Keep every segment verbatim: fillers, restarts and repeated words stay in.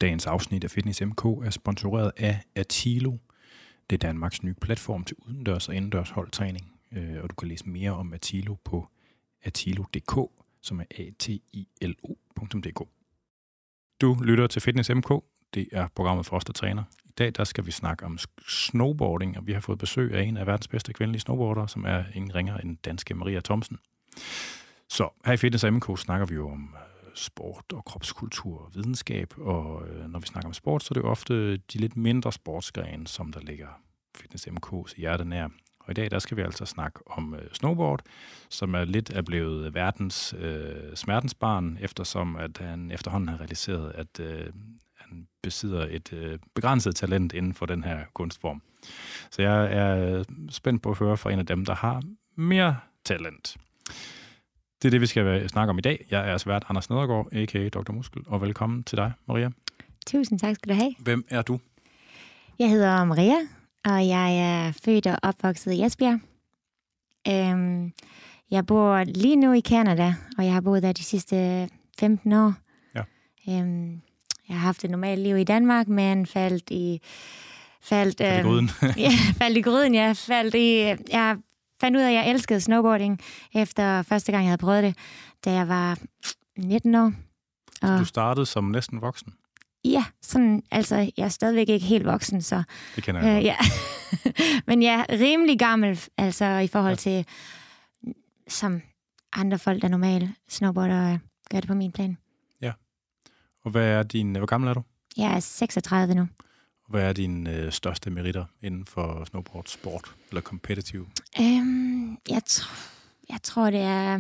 Dagens afsnit af Fitness M K er sponsoreret af Atilo. Det er Danmarks nye platform til udendørs og indendørs holdtræning, og du kan læse mere om Atilo på atilo punktum d k, som er a t i l o punktum d k. Du lytter til Fitness M K. Det er programmet for os, der træner. I dag der skal vi snakke om snowboarding, og vi har fået besøg af en af verdens bedste kvindelige snowboardere, som er ingen ringer end danske Maria Thomsen. Så her i Fitness M K snakker vi jo om sport og kropskultur og videnskab, og når vi snakker om sport, så er det jo ofte de lidt mindre sportsgrene, som der ligger Fitness M K's hjerte nær. Og i dag der skal vi altså snakke om øh, snowboard, som er lidt er blevet verdens øh, smertensbarn, eftersom at han efterhånden har realiseret, at øh, han besidder et øh, begrænset talent inden for den her kunstform. Så jeg er spændt på at høre fra en af dem, der har mere talent. Det er det, vi skal snakke om i dag. Jeg er svært Anders Nedergaard, a k a. doktor Muskel, og velkommen til dig, Maria. Tusind tak skal du have. Hvem er du? Jeg hedder Maria, og jeg er født og opvokset i Esbjerg. Øhm, jeg bor lige nu i Canada, og jeg har boet der de sidste femten år. Ja. Øhm, jeg har haft et normalt liv i Danmark, men faldt i... Faldt, faldt i gryden. ja, faldt i gryden, ja. Faldt i... Jeg fandt ud af, at jeg elskede snowboarding, efter første gang, jeg havde prøvet det, da jeg var nitten år. Og Så du startede som næsten voksen? Ja, sådan, altså, jeg er stadigvæk ikke helt voksen, så... Det kender jeg øh, ja. Men jeg er rimelig gammel, altså i forhold til, som andre folk, der normalt snowboarder, gør det på min plan. Ja. Og hvad er din... Hvor gammel er du? Jeg er seksogtredive nu. Og hvad er dine øh, største meritter inden for snowboard, sport eller competitive? Øhm, jeg, tr- jeg tror, det er...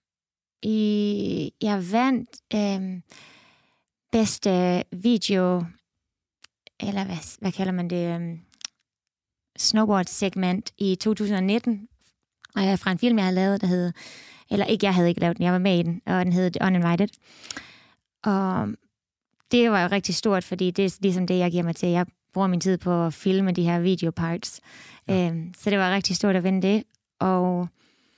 I, jeg vandt... Øhm, bedste video, eller hvad, hvad kalder man det, um, snowboard-segment i to tusind nitten, og fra en film, jeg havde lavet, der hed, eller ikke, jeg havde ikke lavet den, jeg var med i den, og den hed Uninvited. Og det var jo rigtig stort, fordi det er ligesom det, jeg giver mig til. Jeg bruger min tid på at filme de her videoparts. Ja. Um, så det var rigtig stort at vinde det, og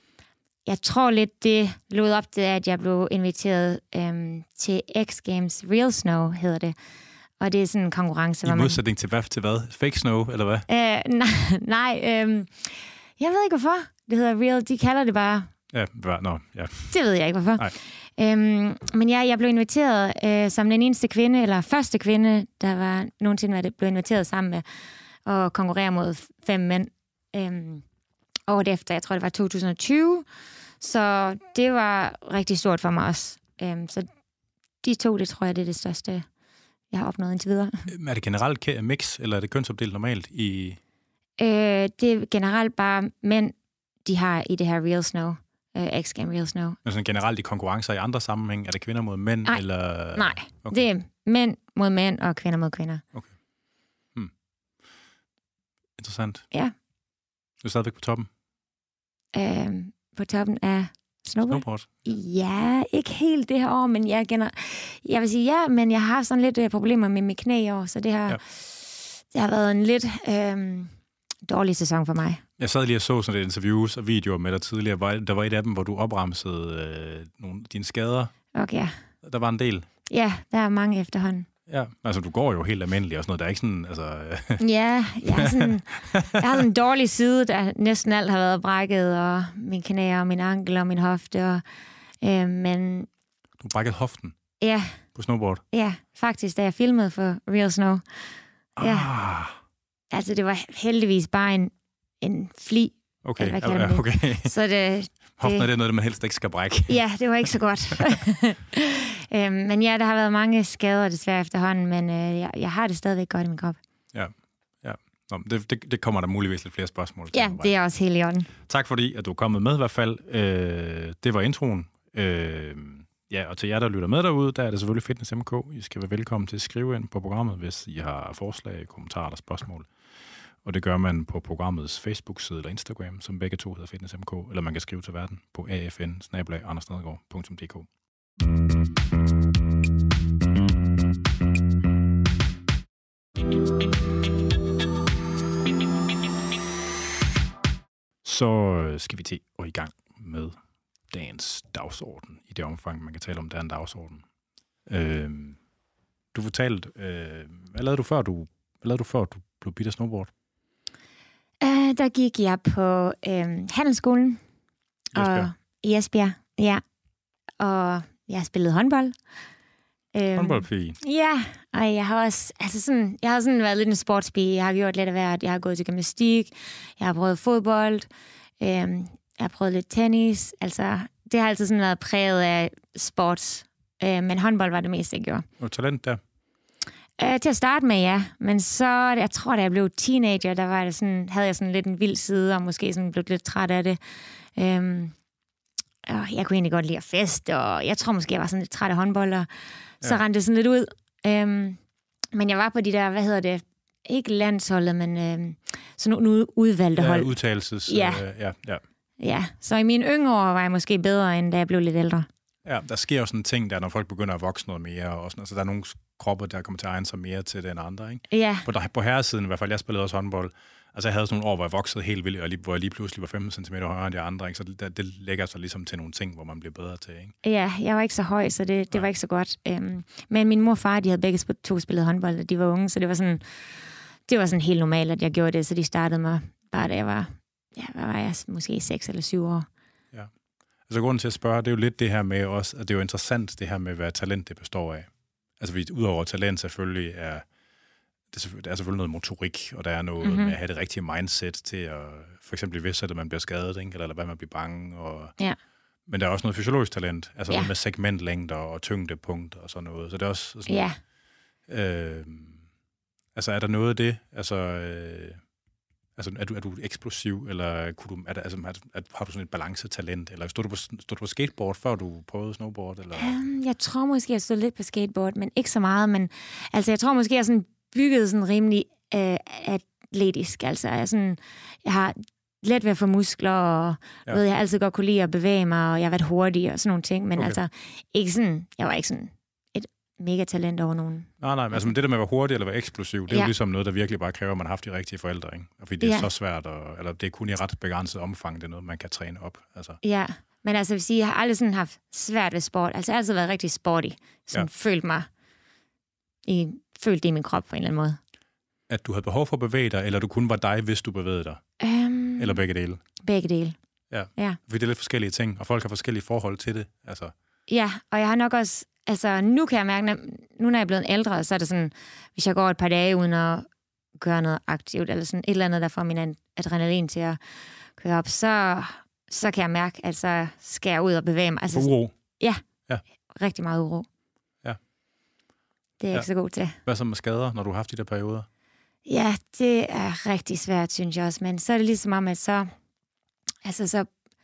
jeg tror lidt, det lod op til, at jeg blev inviteret øhm, til X Games Real Snow, hedder det. Og det er sådan en konkurrence. I modsætning man... til hvad? Til hvad? Fake snow, eller hvad? Øh, nej, nej øhm, jeg ved ikke, hvorfor det hedder Real. De kalder det bare... Ja, hvad? Nå, ja. Det ved jeg ikke, hvorfor. Nej. Øhm, men ja, jeg blev inviteret øh, som den eneste kvinde, eller første kvinde, der var nogensinde blev inviteret sammen med at konkurrere mod fem mænd. Øhm, året efter, jeg tror, det var to tusind tyve. Så det var rigtig stort for mig også. Um, så de to, det tror jeg, det er det største, jeg har opnået indtil videre. Er det generelt mix, eller er det kønsopdelt normalt i... Uh, det er generelt bare mænd, de har i det her Real Snow, uh, X Games Real Snow. Men sådan generelt i konkurrencer i andre sammenhæng, er det kvinder mod mænd? Nej, eller... nej. Okay. Det er mænd mod mænd og kvinder mod kvinder. Okay. Hmm. Interessant. Ja. Du er stadigvæk på toppen? Uh, på toppen af snowboard? Snowboard? Ja, ikke helt det her år, men jeg, gener- jeg vil sige ja, men jeg har haft sådan lidt uh, problemer med mit knæ i år, så det har, ja. det har været en lidt øh, dårlig sæson for mig. Jeg sad lige og så sådan lidt interviews og videoer med dig tidligere. Der var et af dem, hvor du opremsede øh, nogle dine skader. Okay. Der var en del. Ja, der er mange efterhånden. Ja, altså du går jo helt almindeligt og sådan noget. Der er ikke sådan, altså... ja, jeg har sådan, jeg har sådan en dårlig side, der næsten alt har været brækket, og min knæ og min ankel og min hofte, og, øh, men... Du brækkede hoften? Ja. På snowboard? Ja, faktisk, da jeg filmede for Real Snow. Ja. Ah. Altså, det var heldigvis bare en, en fli. Okay, eller hvad ja, okay. Så det... Hoften er det noget, man helst ikke skal brække. Ja, det var ikke så godt. øhm, men ja, der har været mange skader desværre efterhånden, men øh, jeg, jeg har det stadigvæk godt i min krop. Ja, ja. Nå, det, det, det kommer der muligvis lidt flere spørgsmål til. Ja, det er også helt i orden. Tak fordi, at du er kommet med i hvert fald. Øh, det var introen. Øh, ja, og til jer, der lytter med derude, der er det selvfølgelig Fitness M K. I skal være velkommen til at skrive ind på programmet, hvis I har forslag, kommentarer eller spørgsmål. Og det gør man på programmets Facebook-side eller Instagram, som begge to hedder Fitness M K, eller man kan skrive til verden på afn bindestreg andersnedergaard punktum d k. Så skal vi til at i gang med dagens dagsorden, i det omfang, man kan tale om, der er en dagsorden. Øhm, du fortalte, øh, hvad lavede du før du, hvad lavede du før du blev bidt af snowboard? Uh, der gik jeg på øh, handelsskolen. Esbjerg. Og, I Esbjerg, ja. Og jeg spillede håndbold. Øhm, Håndboldpige? Ja, og jeg har også, altså sådan, jeg har sådan været lidt en sportspige. Jeg har gjort lidt af hvert. Jeg har gået til gymnastik, jeg har prøvet fodbold, øhm, jeg har prøvet lidt tennis. Altså, det har altid sådan været præget af sports. Øh, men håndbold var det meste, jeg gjorde. Og talent der? Øh, til at starte med, ja. Men så, jeg tror, da jeg blev teenager, der var det sådan, havde jeg sådan lidt en vild side, og måske sådan blev lidt træt af det. Øhm, og jeg kunne egentlig godt lide at feste, og jeg tror måske, jeg var sådan lidt træt af håndbold, og så ja. rendte det sådan lidt ud. Øhm, men jeg var på de der, hvad hedder det, ikke landsholdet, men øhm, sådan nogle udvalgte hold. Ja, udtalelses. Ja. Øh, ja, ja. Ja, så i mine yngre år var jeg måske bedre, end da jeg blev lidt ældre. Ja, der sker jo sådan en ting der, når folk begynder at vokse noget mere, og sådan, altså der er nogle kropper, der kommer til at egne sig mere til det end andre, ikke? Ja. På, der, på herresiden i hvert fald, jeg spillede også håndbold. Altså jeg havde sådan nogle år, hvor jeg voksede helt vildt, og lige, hvor jeg lige pludselig var femten centimeter højere end de andre, ikke? Så det, det lægger sig ligesom til nogle ting, hvor man bliver bedre til, ikke? Ja, jeg var ikke så høj, så det, det var ikke så godt. Øhm, men min mor og far, de havde begge to spillet håndbold, og de var unge, så det var sådan, det var sådan helt normalt, at jeg gjorde det, så de startede mig bare da jeg var, ja, hvad var jeg, måske seks eller syv år. Ja. Altså grunden til at spørge, det er jo lidt det her med også, at det er jo interessant, det her med, hvad talent det består af. Altså vi, udover talent selvfølgelig er, det er, der er selvfølgelig noget motorik, og der er noget mm-hmm. med at have det rigtige mindset til at, for eksempel hvis at man bliver skadet, ikke? Eller, eller hvad man bliver bange. Og, ja. Men der er også noget fysiologisk talent, altså ja. noget med segmentlængder og tyngdepunkt og sådan noget. Så det er også sådan, ja. øh, altså er der noget af det, altså... Øh, Altså, er du, er du eksplosiv, eller kunne du, er der, altså, er, har du sådan et balancetalent, eller stod du, på, stod du på skateboard, før du prøvede snowboard? Eller? Um, jeg tror måske, jeg stod lidt på skateboard, men ikke så meget. Men altså, jeg tror måske, jeg sådan bygget sådan rimelig øh, atletisk. Altså, jeg, sådan, jeg har let ved at få muskler, og ja. ved, jeg har altid godt kunne lide at bevæge mig, og jeg har været hurtig og sådan nogle ting. Men okay. altså, ikke sådan, jeg var ikke sådan mega talent over nogen. Nej, nej, men altså, det der med at være hurtig eller være eksplosiv, det er ja. jo ligesom noget, der virkelig bare kræver, at man har haft de rigtige forældre, ikke? Fordi det er ja. så svært, og, eller det er kun i ret begrænset omfang, det er noget, man kan træne op. Altså. Ja, men altså, jeg vil sige, jeg har aldrig sådan haft svært ved sport. Altså, jeg har altid været rigtig sporty. Sådan ja. følt mig, i, følt det i min krop på en eller anden måde. At du havde behov for at bevæge dig, eller du kun var dig, hvis du bevægede dig? Um, eller begge dele? Begge dele. Ja. ja, fordi det er lidt forskellige ting, og folk har forskellige forhold til det. Altså. Ja, og jeg har nok også altså, nu kan jeg mærke, nu når jeg er blevet ældre, så er det sådan, hvis jeg går et par dage uden at gøre noget aktivt, eller sådan et eller andet, der får min adrenalin til at køre op, så, så kan jeg mærke, at så skal jeg ud og bevæge mig. Altså, uro? Ja, ja, rigtig meget uro. Ja. Det er jeg ja. ikke så god til. Hvad så med skader, når du har haft de der perioder? Ja, det er rigtig svært, synes jeg også, men så er det ligesom om, at så, altså så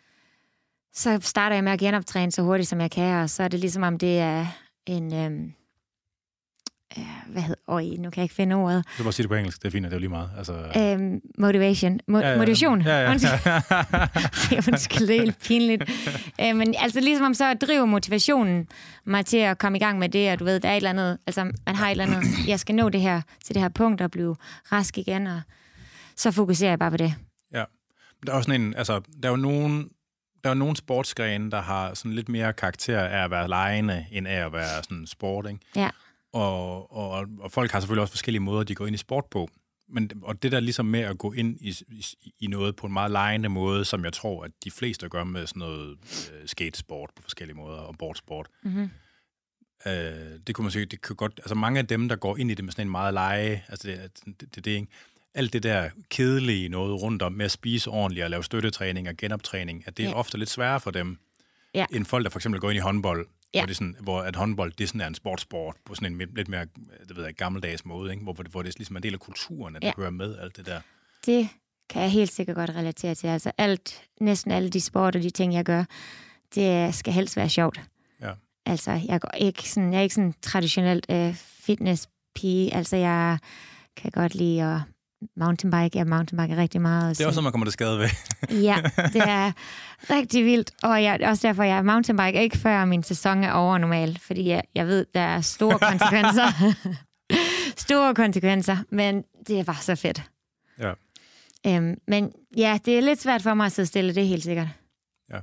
Så starter jeg med at genoptræne så hurtigt, som jeg kan, og så er det ligesom om, det er en... Øhm, øh, hvad hedder... Øj, nu kan jeg ikke finde ordet. Du kan bare sige det på engelsk, det er fint, det er jo lige meget. Altså... Øhm, motivation. Mo- ja, ja. Motivation. Ja, ja. Undskyld, det er helt pinligt. øh, men altså ligesom om, så driver motivationen mig til at komme i gang med det, og du ved, der er et eller andet... Altså, man har et eller andet... Jeg skal nå det her til det her punkt og blive rask igen, og så fokuserer jeg bare på det. Ja. Der er også sådan en... Altså, der er jo nogen... Der er jo nogle sportsgrene, der har sådan lidt mere karakter af at være legende, end af at være sådan sport, ikke? Ja. Og, og, og folk har selvfølgelig også forskellige måder, de går ind i sport på. Men, og det der ligesom med at gå ind i, i, i noget på en meget legende måde, som jeg tror, at de fleste gør med sådan noget øh, skatesport på forskellige måder, og boardsport. Mm-hmm. Øh, det kunne man sige, det kan godt... Altså mange af dem, der går ind i det med sådan en meget lege, altså det er det, det, det, ikke? Alt det der kedelige noget rundt om med at spise ordentligt og lave støttetræning og genoptræning, at det er ja. ofte lidt sværere for dem, ja. end folk, der for eksempel går ind i håndbold, ja. hvor, det sådan, hvor at håndbold det sådan er en sportssport på sådan en lidt mere det ved jeg, gammeldags måde, ikke? Hvor, hvor det ligesom er en del af kulturen, at ja. det hører med alt det der. Det kan jeg helt sikkert godt relatere til. Altså alt, næsten alle de sport og de ting, jeg gør, det skal helst være sjovt. Ja. Altså, jeg, går ikke sådan, jeg er ikke sådan traditionelt øh, fitnesspige. Altså, jeg kan godt lide at mountainbike. Jeg mountainbiker rigtig meget. Det er også, man kommer til skade ved. Ja, det er rigtig vildt. Og jeg, også derfor, jeg mountainbiker ikke før min sæson er over normalt, fordi jeg, jeg ved, der er store konsekvenser. store konsekvenser, men det er bare så fedt. Ja. Øhm, men ja, det er lidt svært for mig at sidde stille, det er helt sikkert. Ja.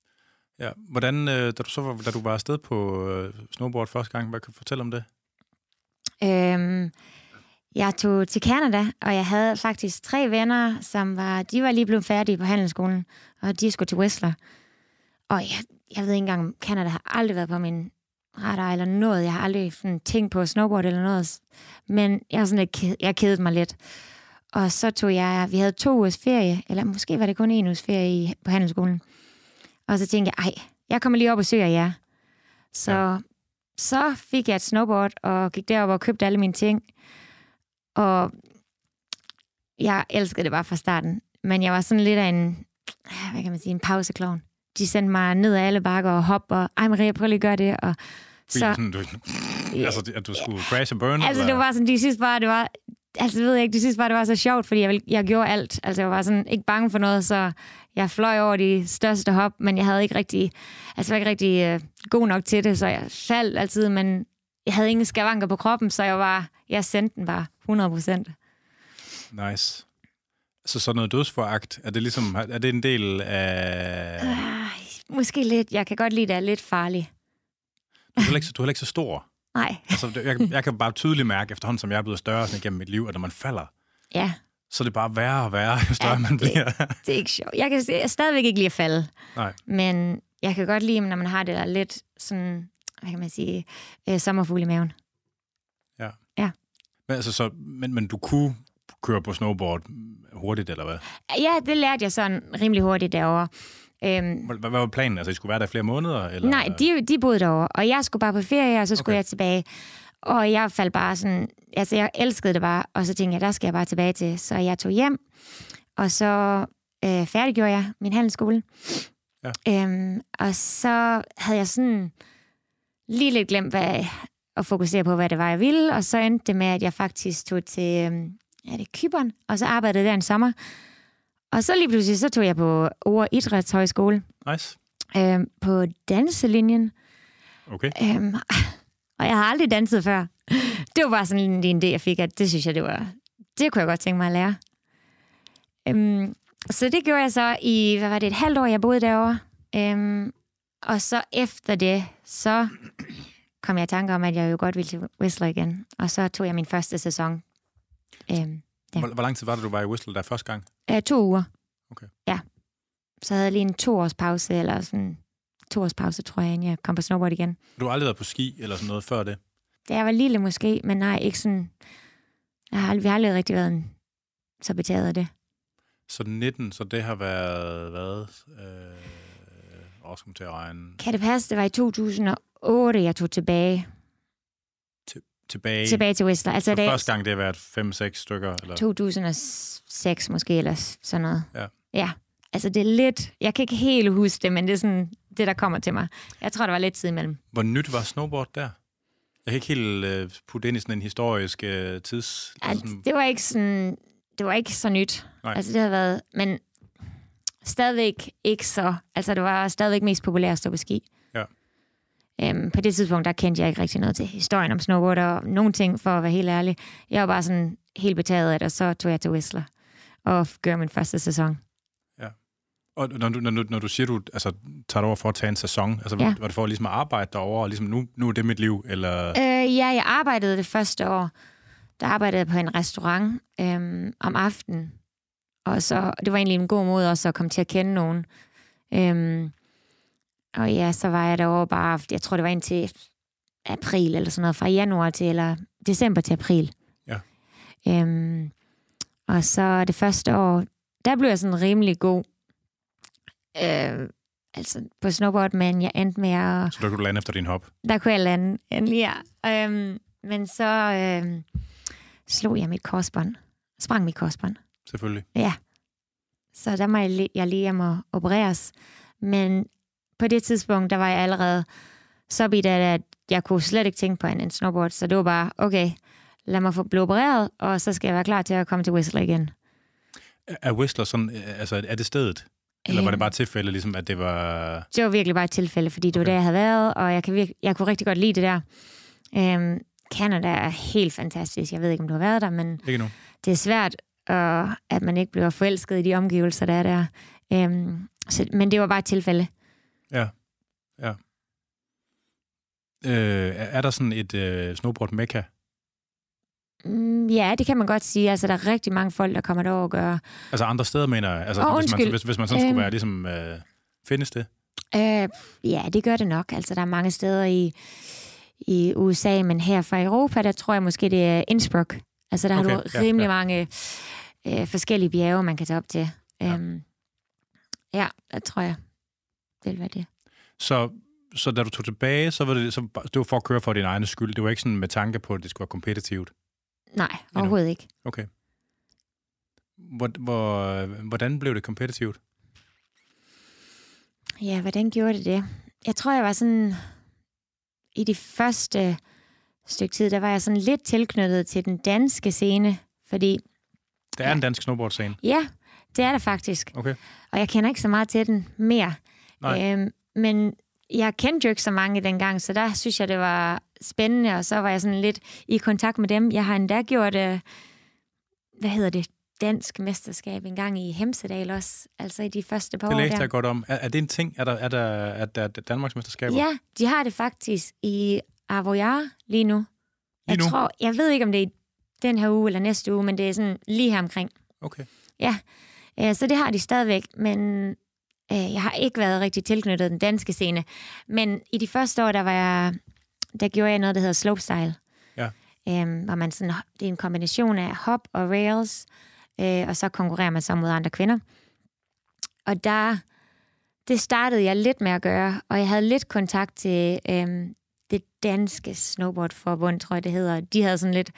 Ja. Hvordan, da du, så, da du var afsted på snowboard første gang, hvad kan du fortælle om det? Øhm, jeg tog til Canada, og jeg havde faktisk tre venner, som var, de var lige blevet færdige på handelsskolen, og de skulle til Whistler. Og jeg, jeg ved ikke engang, Canada har aldrig været på min radar eller noget. Jeg har aldrig sådan, tænkt på snowboard eller noget. Men jeg har sådan lidt ked, jeg kedede mig lidt. Og så tog jeg, vi havde to ugers ferie, eller måske var det kun en uges ferie i, på handelsskolen. Og så tænkte jeg, ej, jeg kommer lige op og søger jer. Så, ja. så fik jeg et snowboard, og gik derop og købte alle mine ting. Og jeg elskede det bare fra starten. Men jeg var sådan lidt af en, hvad kan man sige, en pauseklovn. De sendte mig ned ad alle bakker og hop, og ej Maria, prøv lige at gøre det. Og så, sådan, du, altså, at du skulle crash and burn? Altså, eller? det var sådan, de sidste bare, det var, altså, ved jeg ikke, de sidste bare, det var så sjovt, fordi jeg, jeg gjorde alt. Altså, jeg var sådan ikke bange for noget, så jeg fløj over de største hop, men jeg havde ikke rigtig, altså, jeg var ikke rigtig uh, god nok til det, så jeg faldt altid, men jeg havde ingen skavanker på kroppen, så jeg var, jeg sendte den bare hundrede procent. Nice. Så sådan noget dødsforagt, er det ligesom, er det en del af... Øh, måske lidt. Jeg kan godt lide, det er lidt farligt. Du er heller ikke, du er heller ikke så stor. Nej. Altså, jeg, jeg kan bare tydeligt mærke, efterhånden som jeg er blevet større sådan igennem mit liv, at når man falder, ja. så er det bare værre og værre, jo større ja, man det, bliver. Det er ikke sjovt. Jeg kan jeg stadigvæk ikke lide at falde. Nej. Men jeg kan godt lide, når man har det der lidt sådan, hvad kan man sige, øh, sommerfugl i maven. Ja. Ja. Men, altså, så, men, men du kunne køre på snowboard hurtigt, eller hvad? Ja, det lærte jeg sådan rimelig hurtigt derovre. Øhm, hvad, hvad var planen? Altså, I skulle være der i flere måneder? Eller? Nej, de, de boede derovre, og jeg skulle bare på ferie, og så skulle okay. jeg tilbage. Og jeg faldt bare sådan, altså jeg elskede det bare, og så tænkte jeg, der skal jeg bare tilbage til. Så jeg tog hjem, og så øh, færdiggjorde jeg min handelsskole. Ja. Øhm, og så havde jeg sådan lige lidt glemt hvad, at fokusere på, hvad det var, jeg ville, og så endte det med, at jeg faktisk tog til øh, ja, det Cypern, og så arbejdede der en sommer. Og så lige pludselig, så tog jeg på Ore Idrætshøjskole. Nice. Øhm, på danselinjen. Okay. Øhm, og jeg har aldrig danset før. Det var bare sådan en idé, jeg fik, at det synes jeg, det var... Det kunne jeg godt tænke mig at lære. Øhm, så det gjorde jeg så i, hvad var det, et halvt år, jeg boede derovre. Øhm, og så efter det, så kom jeg i tanke om, at jeg jo godt ville til Whistler igen. Og så tog jeg min første sæson. Øhm, ja. hvor, hvor lang tid var det, du var i Whistler der første gang? Øh, to uger. Okay. Ja. Så havde jeg lige en toårs pause, eller sådan to års pause, tror jeg, inden jeg kom på snowboard igen. Du har aldrig været på ski eller sådan noget før det? Da jeg var lille måske, men nej, ikke sådan... Jeg har aldrig, vi har aldrig rigtig været en, så betaget af det. Så nitten, så det har været, hvad? Øh, også kom til at regne. Kan det passe? Det var i to tusind og otte, jeg tog tilbage. Til, tilbage? Tilbage til Whistler. Altså, så det, første gang, det har været fem seks stykker? Eller? to tusind og seks måske, eller sådan noget. Ja. Ja. Altså, det er lidt... Jeg kan ikke helt huske det, men det er sådan det, der kommer til mig. Jeg tror, der var lidt tid imellem. Hvor nyt var snowboard der? Jeg kan ikke helt uh, putte ind i sådan en historisk uh, tids... Ja, sådan... det var ikke sådan... Det var ikke så nyt. Nej. Altså, det har været... Men stadigvæk ikke så... Altså, det var stadigvæk mest populært at stå på ski. Ja. Øhm, på det tidspunkt, der kendte jeg ikke rigtig noget til historien om snowboard og nogle ting, for at være helt ærlig. Jeg var bare sådan helt betaget af det, og så tog jeg til Whistler og gjorde min første sæson. Ja. Og når du, når du, når du siger, du altså, tager det over for at tage en sæson, altså, ja. Var det for ligesom at arbejde derovre, og ligesom nu, nu er det mit liv, eller... Øh, ja, jeg arbejdede det første år. Der arbejdede jeg på en restaurant øhm, om aftenen. Og så, det var egentlig en god måde også at komme til at kende nogen. Øhm, og ja, så var jeg derovre bare, jeg tror det var indtil april eller sådan noget, fra januar til, eller december til april. Ja. Øhm, og så det første år, der blev jeg sådan rimelig god. Øh, altså på snowboard, men jeg endte med at... Så der kunne du lande efter din hop? Der kunne jeg lande, endelig, ja. Øhm, men så øhm, slog jeg mit korsbånd. Sprang mit korsbånd. Selvfølgelig. Ja. Så der må jeg, jeg lige hjem og opereres. Men på det tidspunkt, der var jeg allerede så bidt af, at jeg kunne slet ikke tænke på en, en snowboard. Så det var bare, okay, lad mig få blive opereret, og så skal jeg være klar til at komme til Whistler igen. Er Whistler sådan, altså er det stedet? Eller var det bare et tilfælde, ligesom at det var... Det var virkelig bare et tilfælde, fordi det var okay. Der, jeg havde været, og jeg, kan virke, jeg kunne rigtig godt lide det der. Øhm, Canada er helt fantastisk. Jeg ved ikke, om du har været der, men ikke nu. Det er svært, øh, at man ikke bliver forelsket i de omgivelser, der er der. Øhm, så, men det var bare et tilfælde. Ja, ja. Øh, er der sådan et øh, snowboard-mekka Mm, ja, det kan man godt sige. Altså, der er rigtig mange folk, der kommer derover og gør. Altså andre steder, mener jeg? Altså, oh, hvis, man, hvis, hvis man sådan øhm, skulle være ligesom... Øh, findes det? Øh, ja, det gør det nok. Altså, der er mange steder i, i U S A, men her fra Europa, der tror jeg måske, det er Innsbruck. Altså, der okay, har du ja, rimelig ja. mange øh, forskellige bjerge, man kan tage op til. Ja, øhm, ja det tror jeg. Det vil være det. Så, så da du tog tilbage, så var det, så, det var for at køre for din egen skyld. Det var ikke sådan med tanke på, at det skulle være kompetitivt? Nej, overhovedet ikke. Okay. Hvor, hvor, hvordan blev det kompetitivt? Ja, hvordan gjorde det det? Jeg tror, jeg var sådan... I de første stykke tid, der var jeg sådan lidt tilknyttet til den danske scene, fordi... Der er ja, en dansk snowboard-scene? Ja, det er der faktisk. Okay. Og jeg kender ikke så meget til den mere. Nej. Øhm, men jeg kendte jo ikke så mange dengang, så der synes jeg, det var spændende, og så var jeg sådan lidt i kontakt med dem. Jeg har endda gjort, øh, hvad hedder det, dansk mesterskab en gang i Hemsedal også, altså i de første par år der. Det læste jeg godt om. Er, er det en ting? Er der, er der, er der Danmarks mesterskaber? Ja, de har det faktisk i Avoyar lige nu. Lige jeg nu? Tror, jeg ved ikke, om det er den her uge eller næste uge, men det er sådan lige her omkring. Okay. Ja, øh, så det har de stadigvæk, men øh, jeg har ikke været rigtig tilknyttet den danske scene. Men i de første år, der var jeg, der gjorde jeg noget, der hedder slopestyle. Ja. Øh, hvor man sådan, det er en kombination af hop og rails, øh, og så konkurrerer man så mod andre kvinder. Og der, det startede jeg lidt med at gøre, og jeg havde lidt kontakt til øh, det danske snowboardforbund, tror jeg det hedder. De havde sådan lidt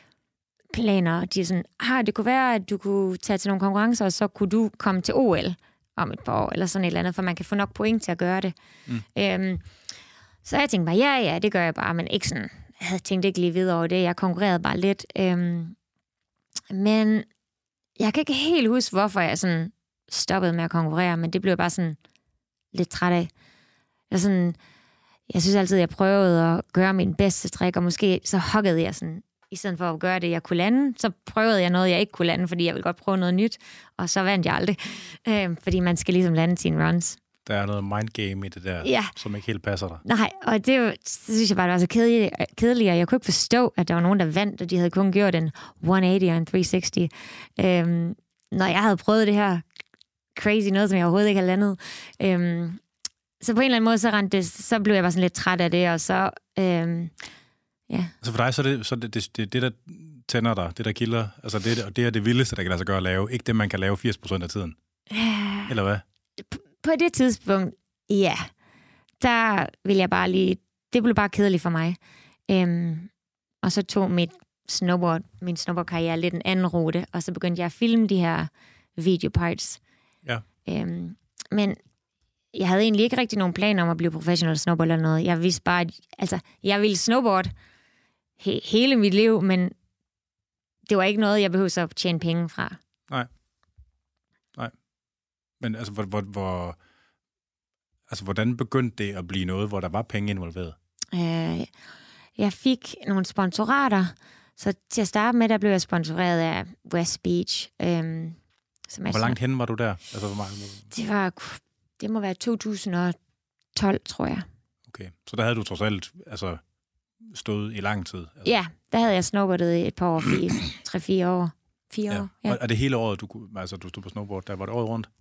planer, og de er sådan, ah, det kunne være, at du kunne tage til nogle konkurrencer, og så kunne du komme til O L om et par år, eller sådan et eller andet, for man kan få nok point til at gøre det. Mm. Øhm, så jeg tænkte bare, ja, ja, det gør jeg bare, men ikke sådan, jeg havde tænkt ikke lige videre over det, jeg konkurrerede bare lidt. Øhm, men jeg kan ikke helt huske, hvorfor jeg sådan stoppede med at konkurrere, men det blev jeg bare sådan lidt træt af. Jeg, sådan, jeg synes altid, jeg prøvede at gøre min bedste træk, og måske så huggede jeg sådan, i stedet for at gøre det, jeg kunne lande, så prøvede jeg noget, jeg ikke kunne lande, fordi jeg ville godt prøve noget nyt, og så vandt jeg aldrig. Øh, fordi man skal ligesom lande sine runs. Der er noget mindgame i det der, ja. Som ikke helt passer dig. Nej, og det, det synes jeg bare, det var så kedeligt, kedeligt, og jeg kunne ikke forstå, at der var nogen, der vandt, og de havde kun gjort en et hundrede otte og en tre seksti. Øh, når jeg havde prøvet det her crazy noget, som jeg overhovedet ikke havde landet. Øh, så på en eller anden måde, så, rendte det, så blev jeg bare sådan lidt træt af det, og så... Øh, Ja. Altså for dig, så er det så det, det, det, det, der tænder dig, det der kilder, altså det, og det er det vildeste, der kan lade sig gøre at lave, ikke det, man kan lave firs procent af tiden. Ja. Eller hvad? På, på det tidspunkt, ja, der vil jeg bare lige, det blev bare kedeligt for mig. Øhm, og så tog mit snowboard, min snowboardkarriere lidt en anden rute, og så begyndte jeg at filme de her videoparts. Ja. Øhm, men jeg havde egentlig ikke rigtig nogen planer om at blive professional snowboarder eller noget. Jeg vidste bare, at altså, jeg ville snowboard he- hele mit liv, men det var ikke noget, jeg behøvede at tjene penge fra. Nej. Nej. Men altså, hvor, hvor, hvor, altså, hvordan begyndte det at blive noget, hvor der var penge involveret? Øh, jeg fik nogle sponsorater, så til at starte med, der blev jeg sponsoreret af West Beach. Øh, som hvor langt hen var du der? Altså, hvor meget... Det var... Det må være to tusind og tolv, tror jeg. Okay, så der havde du trods alt altså, stået i lang tid? Altså. Ja, der havde jeg snowboardet i et par år, fire, tre-fire år. Fire ja. år, ja. Og er det hele året, du, altså, du stod på snowboard? Der var det året rundt?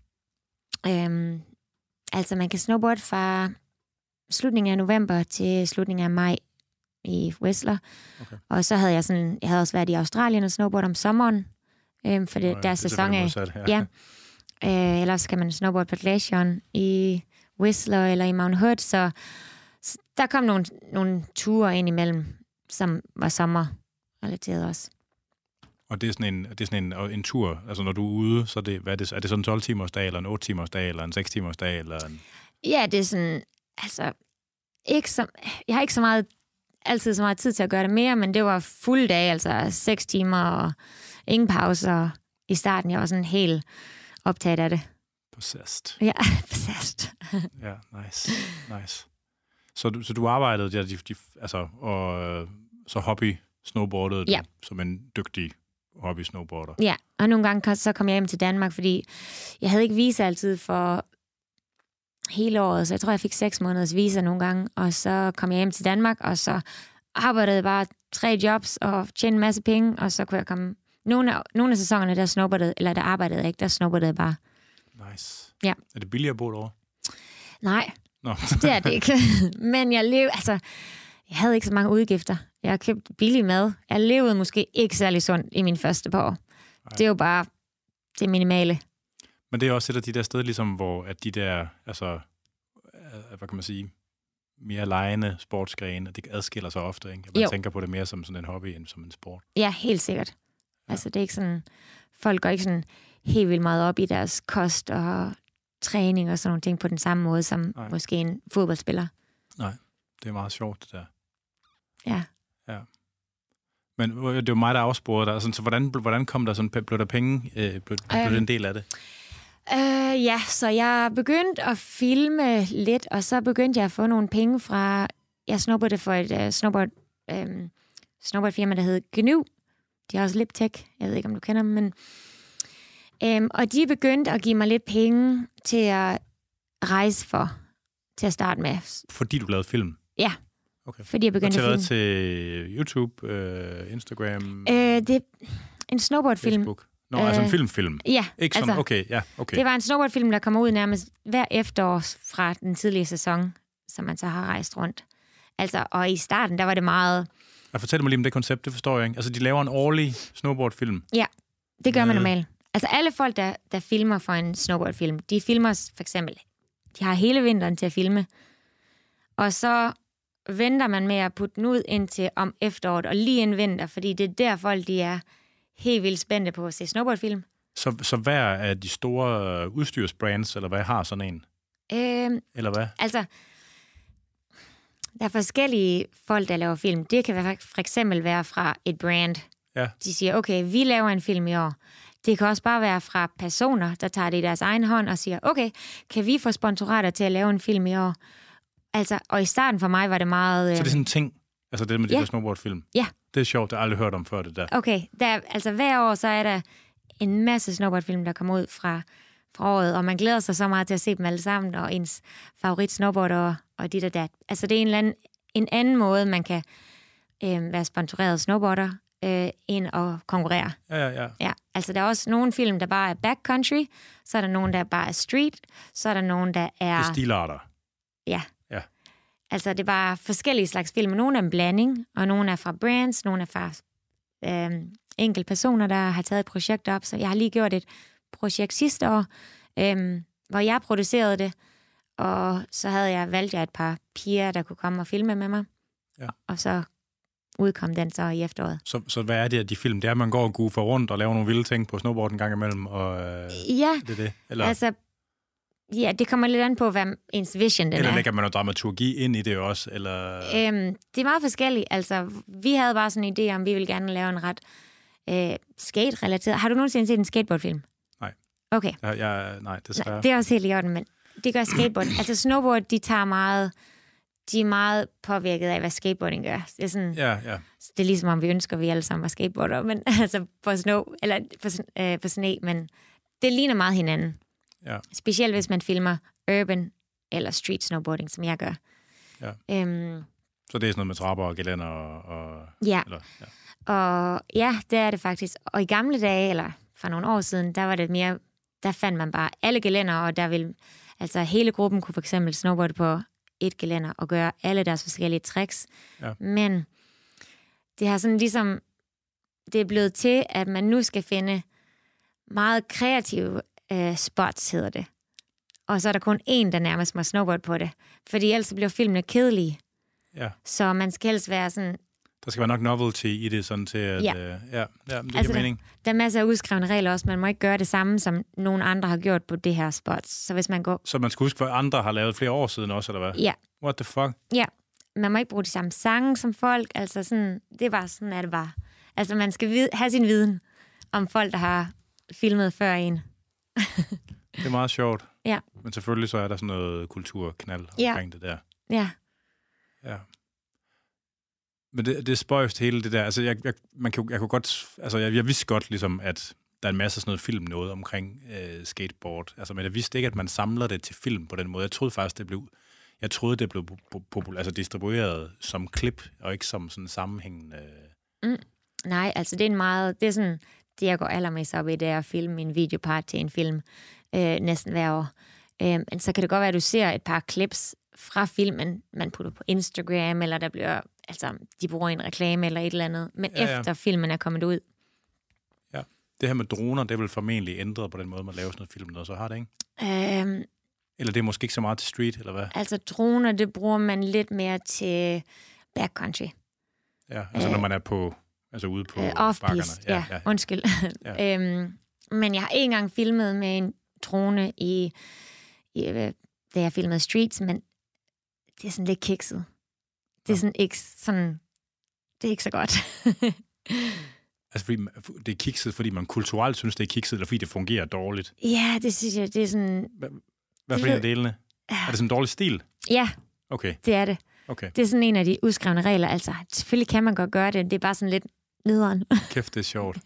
Øhm, altså, man kan snowboard fra slutningen af november til slutningen af maj i Whistler. Okay. Og så havde jeg sådan, jeg havde også været i Australien og snowboard om sommeren, øhm, for det, oh, ja, der sæson af... Modsat, ja. ja. Øh, ellers kan man snowboard på glacieren i Whistler eller i Mount Hood, så, så der kom nogle, nogle ture ind imellem, som var sommerrelateret også. Og det er sådan en, det er sådan en, en tur, altså når du er ude, så er det, hvad er det, er det sådan en tolv timers dag, eller en otte timers dag, eller en seks timers dag, eller en... Ja, det er sådan, altså, ikke så, jeg har ikke så meget, altid så meget tid til at gøre det mere, men det var fuld dag, altså seks timer og ingen pauser i starten. Jeg var sådan helt optaget af det. Possessed. Ja, possessed. Ja, nice, nice. Så du, så du arbejdede der, de, de, altså, og så hobby snowboardede ja. du som en dygtig hobby snowboarder. Ja, og nogle gange så kom jeg hjem til Danmark, fordi jeg havde ikke visa altid for hele året, så jeg tror, jeg fik seks måneders visa nogle gange, og så kom jeg hjem til Danmark, og så arbejdede bare tre jobs og tjente en masse penge, og så kunne jeg komme... Nogle af, nogle af sæsonerne, der snowboardede, eller der arbejdede jeg ikke, der snowboardede jeg bare. Nice. Ja. Er det billigere at bo derovre? Nej, Nå. det er det ikke. Men jeg levede, altså, jeg havde ikke så mange udgifter. Jeg har købt billig mad. Jeg levede måske ikke særlig sundt i mine første par år. Nej. Det er jo bare det minimale. Men det er også et af de der steder, ligesom, hvor at de der, altså, hvad kan man sige, mere lejende sportsgrene, det adskiller sig ofte, ikke? Man jo. tænker på det mere som sådan en hobby, end som en sport. Ja, helt sikkert. Ja. Altså, det er ikke sådan, folk går ikke sådan helt vildt meget op i deres kost og træning og sådan nogle ting på den samme måde, som Nej. måske en fodboldspiller. Nej, det er meget sjovt, det der. Ja. Ja. Men det var mig, der afsporede dig. Så hvordan, hvordan kom der sådan, blev der penge, øh, blev, blev øhm, det en del af det? Øh, ja, så jeg begyndte at filme lidt, og så begyndte jeg at få nogle penge fra, jeg snowboardede for et uh, snowboard, um, snowboardfirma, der hed Gnu. De har også Liptech, jeg ved ikke, om du kender dem, men... Um, og de begyndte at give mig lidt penge til at rejse for, til at starte med. Fordi du lavede film? Ja, okay. Fordi jeg begyndte og at filme. til YouTube, uh, Instagram? Uh, det er en snowboardfilm. Facebook? Nå, uh, altså en filmfilm? Ja. Ikke sådan, altså, okay, ja, okay. Det var en snowboardfilm, der kommer ud nærmest hver efterår fra den tidlige sæson, som man så har rejst rundt. Altså, og i starten, der var det meget... Og fortæl mig lige om det koncept, det forstår jeg ikke. Altså, de laver en årlig snowboardfilm? Ja, det gør man normalt. Altså, alle folk, der, der filmer for en snowboardfilm, de filmer for eksempel, de har hele vinteren til at filme, og så venter man med at putte den ud indtil om efteråret, og lige en vinter, fordi det er der folk, de er helt vildt spændte på at se snowboardfilm. Så, så hver af de store udstyrsbrands, eller hvad, har sådan en? Øhm, eller hvad? Altså, der er forskellige folk, der laver film. Det kan for eksempel være fra et brand. Ja. De siger, okay, vi laver en film i år. Det kan også bare være fra personer, der tager det i deres egen hånd og siger, okay, kan vi få sponsorater til at lave en film i år? Altså, og i starten for mig var det meget... Øh... Så det er sådan en ting, altså det med de ja. der snowboardfilm? Ja. Det er sjovt, det har jeg aldrig hørt om før, det der. Okay, der, altså hver år, så er der en masse snowboardfilm, der kommer ud fra, fra året, og man glæder sig så meget til at se dem alle sammen, og ens favorit snowboarder og, og dit og dat. Altså det er en, eller anden, en anden måde, man kan øh, være sponsoreret snowboarder, øh, end at konkurrere. Ja, ja, ja. Ja, altså der er også nogle film, der bare er backcountry, så er der nogen, der bare er street, så er der nogen, der er... Det er stilarter. Ja. Ja. Altså det er bare forskellige slags film. Nogle er en blanding, og nogle er fra brands, nogle er fra øh, enkelte personer, der har taget et projekt op. Så jeg har lige gjort et projekt sidste år, øh, hvor jeg producerede det, og så havde jeg valgt jeg et par piger, der kunne komme og filme med mig. Ja. Og så udkom den så i efteråret. Så, så hvad er det af de film? Det er, at man går og goofer rundt og laver nogle vilde ting på snowboard en gang imellem, og øh, ja, det er det? Eller? Altså, ja, det kommer lidt an på, hvad ens vision den eller er. Eller lægger man noget dramaturgi ind i det også? Eller? Øhm, det er meget forskelligt. Altså, vi havde bare sådan en idé om, vi ville gerne lave en ret øh, skate-relateret. Har du nogensinde set en skateboardfilm? Nej. Okay. Jeg, jeg, nej, desværre. Det er også helt i orden, men det gør skateboard. Altså, snowboard, de tager meget... De er meget påvirket af, hvad skateboarding gør. Det er sådan... Ja, ja. Det er ligesom, om vi ønsker, at vi alle sammen var skateboarder, men altså på snow, eller på, øh, på sne, men det ligner meget hinanden. Ja. Specielt hvis man filmer urban eller street snowboarding, som jeg gør. Ja. Øhm, så det er sådan noget med trapper og gelænder og... og ja. Eller, ja. Og ja, det er det faktisk. Og i gamle dage, eller for nogle år siden, der var det mere, der fandt man bare alle gelænder, og der ville, altså hele gruppen kunne for eksempel snowboarde på et gelænder og gøre alle deres forskellige tricks. Ja. Men det har sådan ligesom, det er blevet til, at man nu skal finde meget kreative øh, spots, hedder det. Og så er der kun én, der nærmest må snowboard på det. Fordi ellers bliver filmene kedelige. Ja. Så man skal helst være sådan... Der skal være nok novelty i det, sådan til at... Ja, øh, ja, ja det altså, giver mening. Der, der er masser af udskrevne regler også. Man må ikke gøre det samme, som nogle andre har gjort på det her spot. Så hvis man går... Så man skal huske, hvad andre har lavet flere år siden også, eller hvad? Ja. What the fuck? Ja. Man må ikke bruge de samme sange som folk. Altså sådan... Det er bare sådan, er det bare. Altså man skal vide, have sin viden om folk, der har filmet før en. Det er meget sjovt. Ja. Men selvfølgelig så er der sådan noget kulturknald ja. omkring det der. Ja. Ja. Men det, det er spøjst hele det der. Altså, jeg, jeg, man kan, jeg kunne godt... Altså, jeg, jeg vidste godt, ligesom, at der er en masse sådan noget film noget omkring øh, skateboard. Altså, men jeg vidste ikke, at man samler det til film på den måde. Jeg troede faktisk, det blev... Jeg troede, det blev popul- altså distribueret som klip, og ikke som sådan sammenhængende... Mm. Nej, altså det er en meget... Det er sådan, det jeg går allermest op i, det er at filme en videopart til en film øh, næsten hver år. Øh, men så kan det godt være, at du ser et par clips fra filmen, man putter på Instagram, eller der bliver... Altså, de bruger en reklame eller et eller andet. Men ja, ja. efter filmen er kommet ud. Ja. Det her med droner, det er vel formentlig ændret på den måde, man laver sådan noget film, noget, så har det, ikke? Øhm, eller det er måske ikke så meget til street, eller hvad? Altså, droner, det bruger man lidt mere til backcountry. Ja, altså øh, når man er på... Altså ude på øh, off-piste, ja, ja, ja. Undskyld. Ja. øhm, men jeg har ikke engang filmet med en drone i... i da jeg filmede Streets, men det er sådan lidt kikset. Det er sådan ikke sådan... Det er ikke så godt. Altså, fordi det er kikset, fordi man kulturelt synes, det er kikset, eller fordi det fungerer dårligt? Ja, det synes jeg, det er sådan... Hvad for en af delene? Er det sådan en dårlig stil? Ja, okay. Det er det. Okay. Det er sådan en af de udskrevne regler. Altså, selvfølgelig kan man godt gøre det. Det er bare sådan lidt nederen. Kæft, det er sjovt.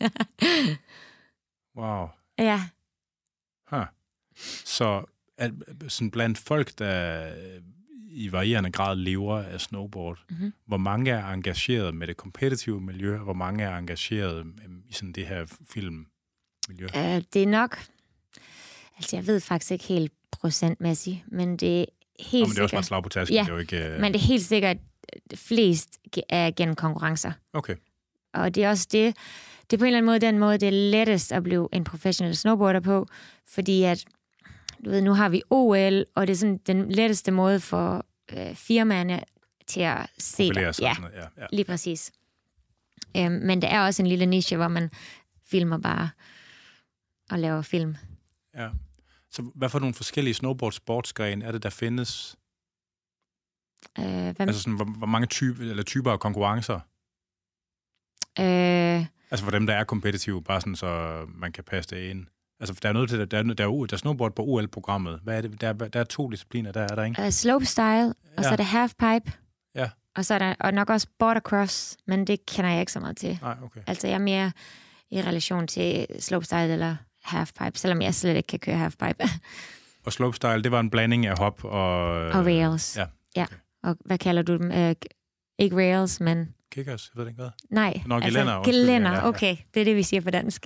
Wow. Ja. Huh. Så at, sådan blandt folk, der i varierende grad lever af snowboard, mm-hmm. hvor mange er engageret med det kompetitive miljø, og hvor mange er engageret i sådan det her filmmiljø? Uh, det er nok... Altså, jeg ved faktisk ikke helt procentmæssigt, men det er helt oh, men det er også bare slag på tasken. Ja, det er jo ikke, uh... men det er helt sikkert flest er gennem konkurrencer. Okay. Og det er også det... Det er på en eller anden måde den måde, det er lettest at blive en professionel snowboarder på, fordi at, du ved, nu har vi O L, og det er sådan den letteste måde for øh, firmaerne til at se det. Ja, ja, ja, lige præcis. Øhm, men der er også en lille niche, hvor man filmer bare og laver film. Ja. Så hvad for nogle forskellige snowboard-sportsgrene er det, der findes? Øh, hvad... Altså sådan, hvor, hvor mange typer, eller typer af konkurrencer? Øh... Altså for dem, der er kompetitive, bare sådan, så man kan passe det ind. Altså, der er noget til, der, der, er, der, er, der er snowboard på O L-programmet. Hvad er det? Der, der er to discipliner, der er der, ikke? Uh, slopestyle, og ja. Så er det halfpipe. Ja. Og så er der og nok også bordercross, men det kender jeg ikke så meget til. Nej, okay. Altså, jeg er mere i relation til slopestyle eller halfpipe, selvom jeg slet ikke kan køre halfpipe. Og slopestyle, det var en blanding af hop og... Og rails. Ja. Okay. Ja. Og hvad kalder du dem? Uh, ikke rails, men... Kickers, jeg ved det ikke hvad. Nej, Nå, gelænder. Altså, gelænder, ja, ja. Okay. Det er det, vi siger på dansk.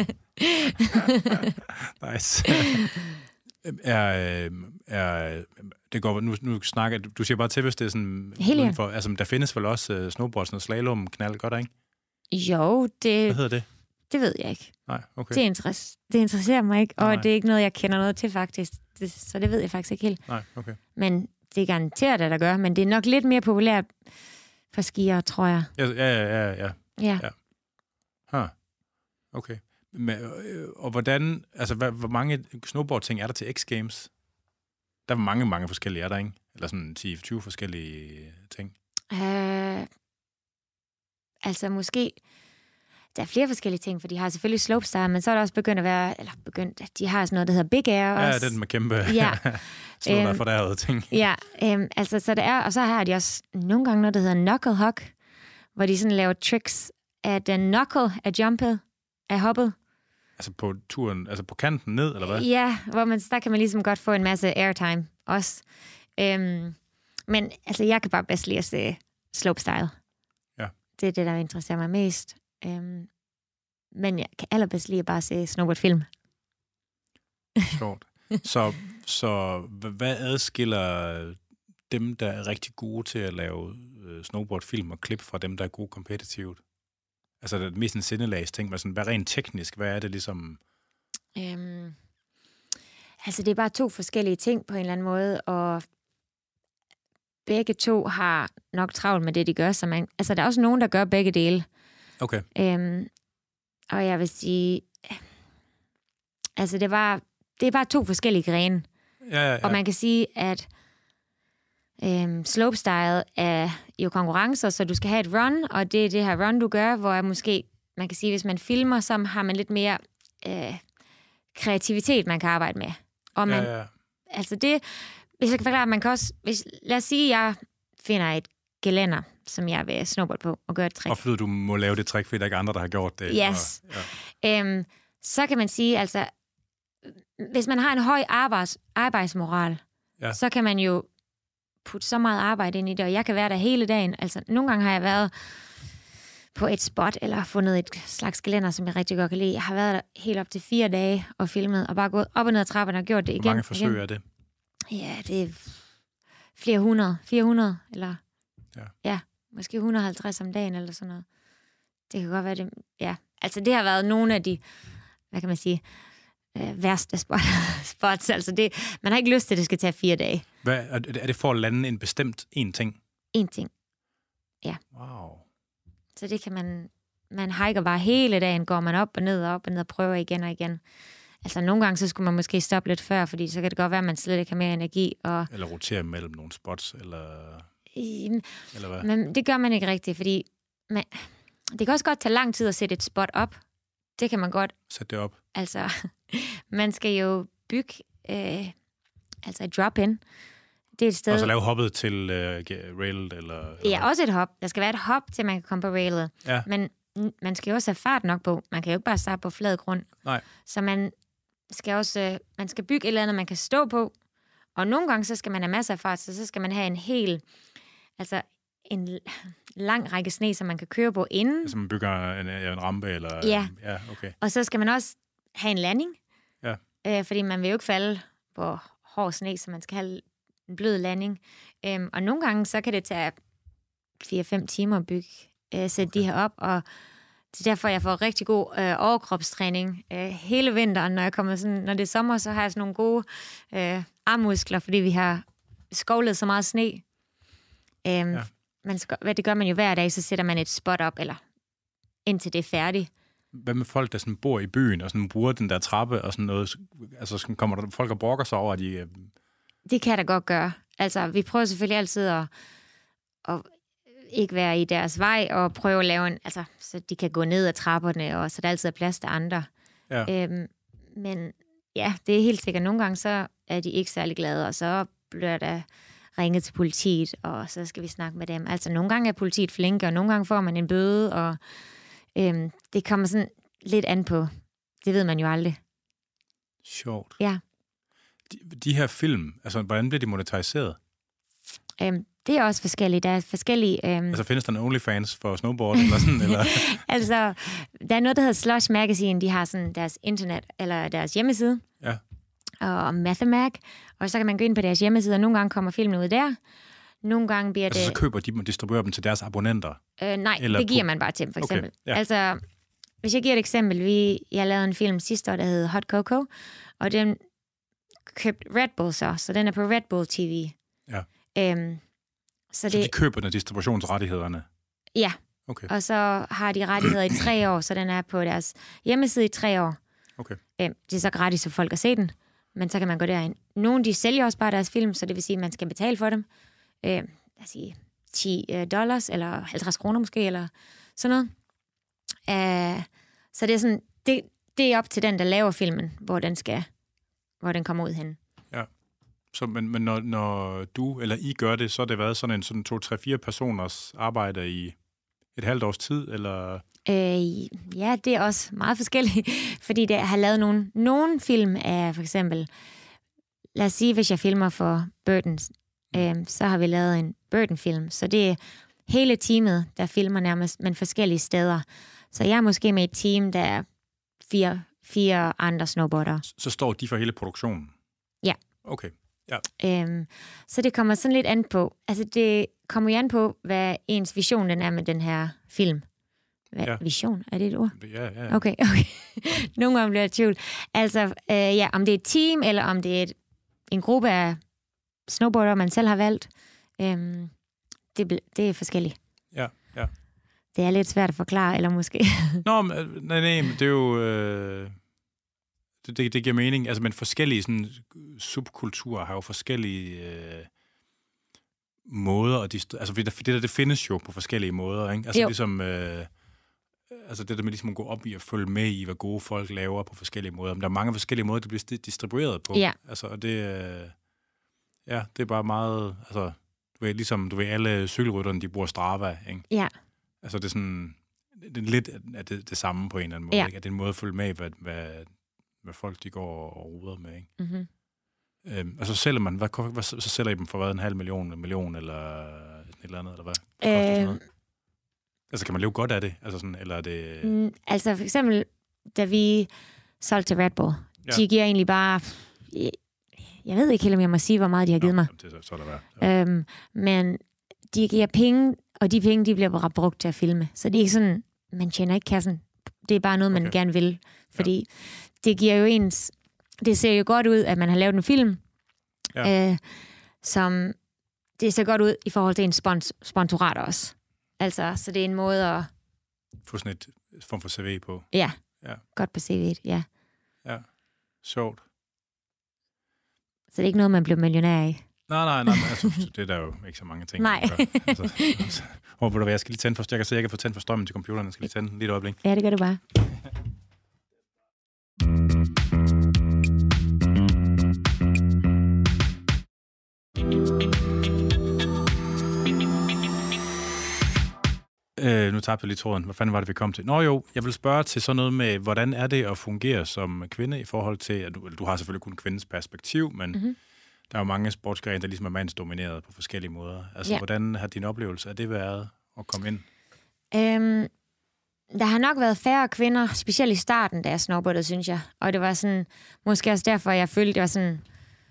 Nice. er, er, det går, nu, nu snakker, du siger bare til, hvis det er sådan... Udenfor, altså, der findes vel også uh, snowboard, sådan noget slalom, knald, gør der ikke? Jo, det... Hvad hedder det? Det ved jeg ikke. Nej, okay. Det, interesse, det interesserer mig ikke, og nej. Det er ikke noget, jeg kender noget til, faktisk. Det, så det ved jeg faktisk ikke helt. Nej, okay. Men det er garanteret, at der gør, men det er nok lidt mere populært for skier, tror jeg. Ja, ja, ja, ja. Ja. ja. Huh. Okay. Men, øh, og hvordan, altså, hvad, hvor mange snowboard-ting er der til X Games? Der er mange, mange forskellige, er der, ikke? Eller sådan ti til tyve forskellige ting. Øh, altså, måske... Der er flere forskellige ting, for de har selvfølgelig slopestyle, men så er der også begyndt at være, eller begyndt, de har sådan noget, der hedder Big Air også. Ja, det er den med kæmpe ja. slå der for derud ting. Ja, øhm, altså så der er, og så har de også nogle gange noget, der hedder Knuckle Hug, hvor de sådan laver tricks af den knuckle af jumpet, af hoppet. Altså på turen, altså på kanten ned, eller hvad? Ja, hvor man, der kan man ligesom godt få en masse airtime også. Øhm, men altså, jeg kan bare bedst lide at se slopestyle. Ja. Det er det, der interesserer mig mest. Um, men jeg kan allerbedst lige bare se snowboardfilm. Sjovt. Så, så hvad adskiller dem, der er rigtig gode til at lave uh, snowboardfilm og klip fra dem, der er gode kompetitivt? Altså det er mest en sindelags ting, men sådan, hvad rent teknisk, hvad er det ligesom? Um, altså det er bare to forskellige ting på en eller anden måde, og begge to har nok travlt med det, de gør. Så man, altså der er også nogen, der gør begge dele. Okay. Øhm, og jeg vil sige, altså det var, det er bare to forskellige grene. Ja, ja, ja. Og man kan sige, at øhm, slopestyle er jo konkurrencer, så du skal have et run, og det er det her run, du gør, hvor jeg måske, man kan sige, hvis man filmer, så har man lidt mere øh, kreativitet, man kan arbejde med. Og man, ja, ja. altså det, hvis jeg kan forklare, man kan også, hvis, lad os sige, at jeg finder et gelænder, som jeg vil snowboard på og gøre et trick. Og fordi du må lave det trick, fordi der ikke er andre, der har gjort det. Yes. Og, ja. øhm, så kan man sige, altså, hvis man har en høj arbejds, arbejdsmoral, ja. så kan man jo putte så meget arbejde ind i det, og jeg kan være der hele dagen. Altså, nogle gange har jeg været på et spot, eller fundet et slags gelænder, som jeg rigtig godt kan lide. Jeg har været der helt op til fire dage og filmet, og bare gået op og ned ad trapperne og gjort det igen. Hvor mange forsøg igen. er det? Ja, det er flere hundrede. fire hundrede, eller ja. ja, måske et hundrede og halvtreds om dagen, eller sådan noget. Det kan godt være det. Ja, altså det har været nogle af de, hvad kan man sige, øh, værste spot, spots. Altså det, man har ikke lyst til, at det skal tage fire dage. Hvad, er det for at lande en bestemt en ting? En ting, ja. Wow. Så det kan man, man hiker bare hele dagen, går man op og ned og op og ned og prøver igen og igen. Altså nogle gange, så skulle man måske stoppe lidt før, fordi så kan det godt være, at man slet ikke har mere energi. Og eller rotere mellem nogle spots, eller, I, eller hvad? Men det gør man ikke rigtigt, fordi man, det kan også godt tage lang tid at sætte et spot op. Det kan man godt. Sæt det op. Altså, man skal jo bygge øh, altså et drop-in. Det er et sted... Og så lave hoppet til uh, railet, eller... Det er også et hop. Der skal være et hop, til man kan komme på railet. Ja. Men man skal jo også have fart nok på. Man kan jo ikke bare starte på flad grund. Nej. Så man skal også man skal bygge et eller andet, man kan stå på. Og nogle gange, så skal man have masser af fart, så så skal man have en hel... Altså, en lang række sne, som man kan køre på inden. Altså man bygger en, en rampe, eller... Ja. Ja, okay. Og så skal man også have en landing. Ja. Øh, fordi man vil jo ikke falde på hård sne, så man skal have en blød landing. Øhm, og nogle gange, så kan det tage fire fem timer at bygge, øh, sætte okay. de her op, og det er derfor, jeg får rigtig god øh, overkropstræning øh, hele vinteren, når jeg kommer sådan, når det er sommer, så har jeg sådan nogle gode øh, armmuskler, fordi vi har skovlet så meget sne. Øhm, ja. man skal, hvad det gør man jo hver dag, så sætter man et spot op, eller indtil det er færdigt. Hvad med folk, der sådan bor i byen, og sådan bruger den der trappe, og sådan noget, altså sådan kommer der folk og brokker sig over, at de... Øh... Det kan jeg da godt gøre. Altså, vi prøver selvfølgelig altid at, at ikke være i deres vej, og prøve at lave en, altså, så de kan gå ned ad trapperne, og så der altid er plads til andre. Ja. Øhm, men ja, det er helt sikkert. Nogle gange, så er de ikke særlig glade, og så bliver der ringet til politiet, og så skal vi snakke med dem. Altså, nogle gange er politiet flinke, og nogle gange får man en bøde, og øhm, det kommer sådan lidt an på. Det ved man jo aldrig. Sjovt. Ja. De, de her film, altså, hvordan bliver de monetariseret? Øhm, det er også forskelligt. Der er forskellige... Øhm... Altså, findes der en OnlyFans for snowboard, eller sådan, eller? Altså, der er noget, der hedder Slush Magazine. De har sådan deres internet, eller deres hjemmeside. Ja. Og Mathemag. Og så kan man gå ind på deres hjemmeside, og nogle gange kommer filmen ud der. Nogle gange bliver altså, det... så køber de dem og distribuerer dem til deres abonnenter? Øh, nej, eller det giver på... man bare til dem, for eksempel. Okay, ja. Altså, hvis jeg giver et eksempel. Vi, jeg lavede en film sidste år, der hed Hot Coco, og den købte Red Bull så, så den er på Red Bull T V. Ja. Øhm, så, så det... de køber den distributionsrettighederne? Ja. Okay. Og så har de rettigheder i tre år, så den er på deres hjemmeside i tre år. Okay. Øhm, det er så gratis for folk at se den, men så kan man gå derind. Nogle, de sælger også bare deres film, så det vil sige, at man skal betale for dem. Øhm, lad os sige ti dollars, eller halvtreds kroner måske, eller sådan noget. Uh, så det er sådan, det, det er op til den, der laver filmen, hvor den skal, hvor den kommer ud hen. Ja. Så, men men når, når du eller I gør det, så har det været sådan en sådan to, tre, fire personers arbejde i et halvt års tid, eller? Øh, ja, det er også meget forskelligt, fordi det har lavet nogle, nogle film af, for eksempel, lad os sige, hvis jeg filmer for Burtons, øh, så har vi lavet en Burton-film, så det er hele teamet, der filmer nærmest, men forskellige steder. Så jeg er måske med et team, der er fire, fire andre snowboardere. Så, så står de for hele produktionen? Ja. Okay, ja. Øhm, så det kommer sådan lidt an på, altså det kommer jo an på, hvad ens vision den er med den her film. Hvad, ja. Vision, er det et ord? Ja, ja. Okay, okay. Nogle gange bliver jeg i tvivl. Altså, øh, ja, om det er et team, eller om det er et, en gruppe af snowboardere, man selv har valgt, øhm, det, det er forskelligt. Ja, ja. Det er lidt svært at forklare, eller måske... Nå, men, nej, nej, men det er jo... Øh, det, det, det giver mening. Altså, men forskellige sådan, subkulturer har jo forskellige øh, måder at distri- altså, det, det der, det findes jo på forskellige måder, ikke? Altså, jo. ligesom... Øh, altså, det der med ligesom at gå op i og følge med i, hvad gode folk laver på forskellige måder. Men der er mange forskellige måder, det bliver distribueret på. Ja. Altså, og det... Øh, ja, det er bare meget... Altså, du ved, ligesom, du ved, alle cykelrytterne, de bruger Strava, ikke? Ja. Altså, det er sådan... Det er lidt af det, det samme på en eller anden måde, ja. ikke? At det er en måde at følge med, hvad, hvad, hvad folk de går og ruder med, ikke? Mm-hmm. Øhm, altså sælger man, hvad, hvad, så sælger I dem for hvad, en halv million, en million, eller et eller andet, eller hvad? hvad øh, altså kan man leve godt af det? Altså sådan, eller er det... Mm, altså for eksempel, da vi solgte til Red Bull, ja. De giver egentlig bare... Jeg ved ikke helt, om jeg må sige, hvor meget de har givet Nå, mig. Det er så, så er der ja. øhm, men de giver penge, og de penge, de bliver bare brugt til at filme. Så det er ikke sådan, man tjener ikke kassen. Det er bare noget, man okay. gerne vil. Fordi ja. det giver jo ens... Det ser jo godt ud, at man har lavet en film, ja. øh, som... Det ser godt ud i forhold til en spons- sponsorat også. Altså, så det er en måde at... Få sådan et form for C V på. Ja, ja. Godt på C V'et, ja. Ja, sjovt. Så det er ikke noget, man bliver millionær af. Nej, nej, nej, men altså, det er der jo ikke så mange ting. Nej. Altså, altså, hvor vil du være? Jeg skal lige tænde for, jeg kan se, jeg kan få tændt for strømmen til computeren. Jeg skal lige tænde lige et øjeblik. Ja, det gør du bare. Øh, nu tabte jeg lige tråden. Hvad fanden var det, vi kom til? Nå jo, jeg vil spørge til sådan noget med, hvordan er det at fungere som kvinde i forhold til, at du, du har selvfølgelig kun kvindes perspektiv, men mm-hmm. der er jo mange sportsgrene, der ligesom er mandsdomineret på forskellige måder. Altså, ja. Hvordan har din oplevelse af det været at komme ind? Øhm, der har nok været færre kvinder, specielt i starten, da jeg snowboardede, synes jeg. Og det var sådan, måske også derfor, jeg følte, det var sådan,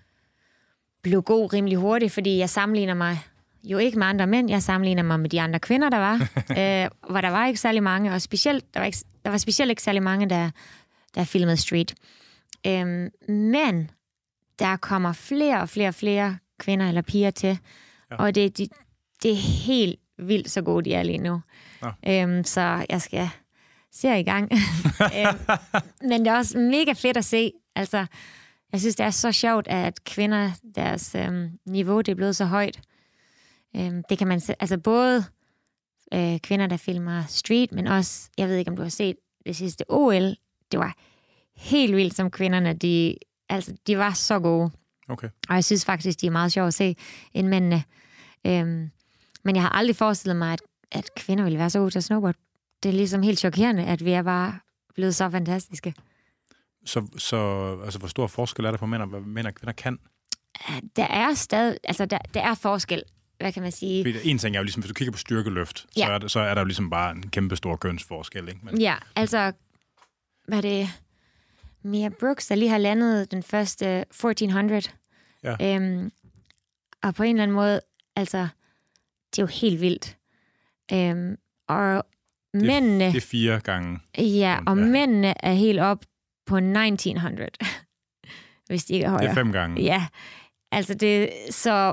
blev god rimelig hurtigt, fordi jeg sammenligner mig jo ikke med andre mænd, jeg sammenligner mig med de andre kvinder, der var. øh, hvor der var ikke særlig mange, og specielt, der var, ikke, der var specielt ikke særlig mange, der, der filmede street. Øhm, men der kommer flere og flere og flere kvinder eller piger til, ja. Og det, det, det er helt vildt så gode, de er lige nu. Ja. Øhm, så jeg skal se i gang. øhm, men det er også mega fedt at se. Altså, jeg synes, det er så sjovt, at kvinder, deres øhm, niveau, det er blevet så højt. Øhm, det kan man se, altså både øh, kvinder, der filmer street, men også, jeg ved ikke, om du har set det sidste O L, det var helt vildt, som kvinderne, de, altså, de var så gode. Okay. Og jeg synes faktisk, de er meget sjove at se, end mændene. Øhm, men jeg har aldrig forestillet mig, at, at kvinder ville være så gode til at snowboard. Det er ligesom helt chokerende, at vi er bare blevet så fantastiske. Så, så altså, hvor stor forskel er der på mænd og hvad mænd og kvinder kan? Der er stadig, altså der, der er forskel. Hvad kan man sige? Fordi en ting er jo ligesom, hvis du kigger på styrkeløft, ja. så, er der, så er der jo ligesom bare en kæmpe stor kønsforskel, ikke? Men... Ja, altså, hvad er det? Mia Brooks, der lige har landet den første fjorten hundrede. Ja. Øhm, og på en eller anden måde, altså, det er jo helt vildt. Øhm, og det, mændene... Det er fire gange. Ja, og ja. Mændene er helt op på nitten hundrede. Hvis de ikke er højere. Det er fem gange. Ja, altså det... Så...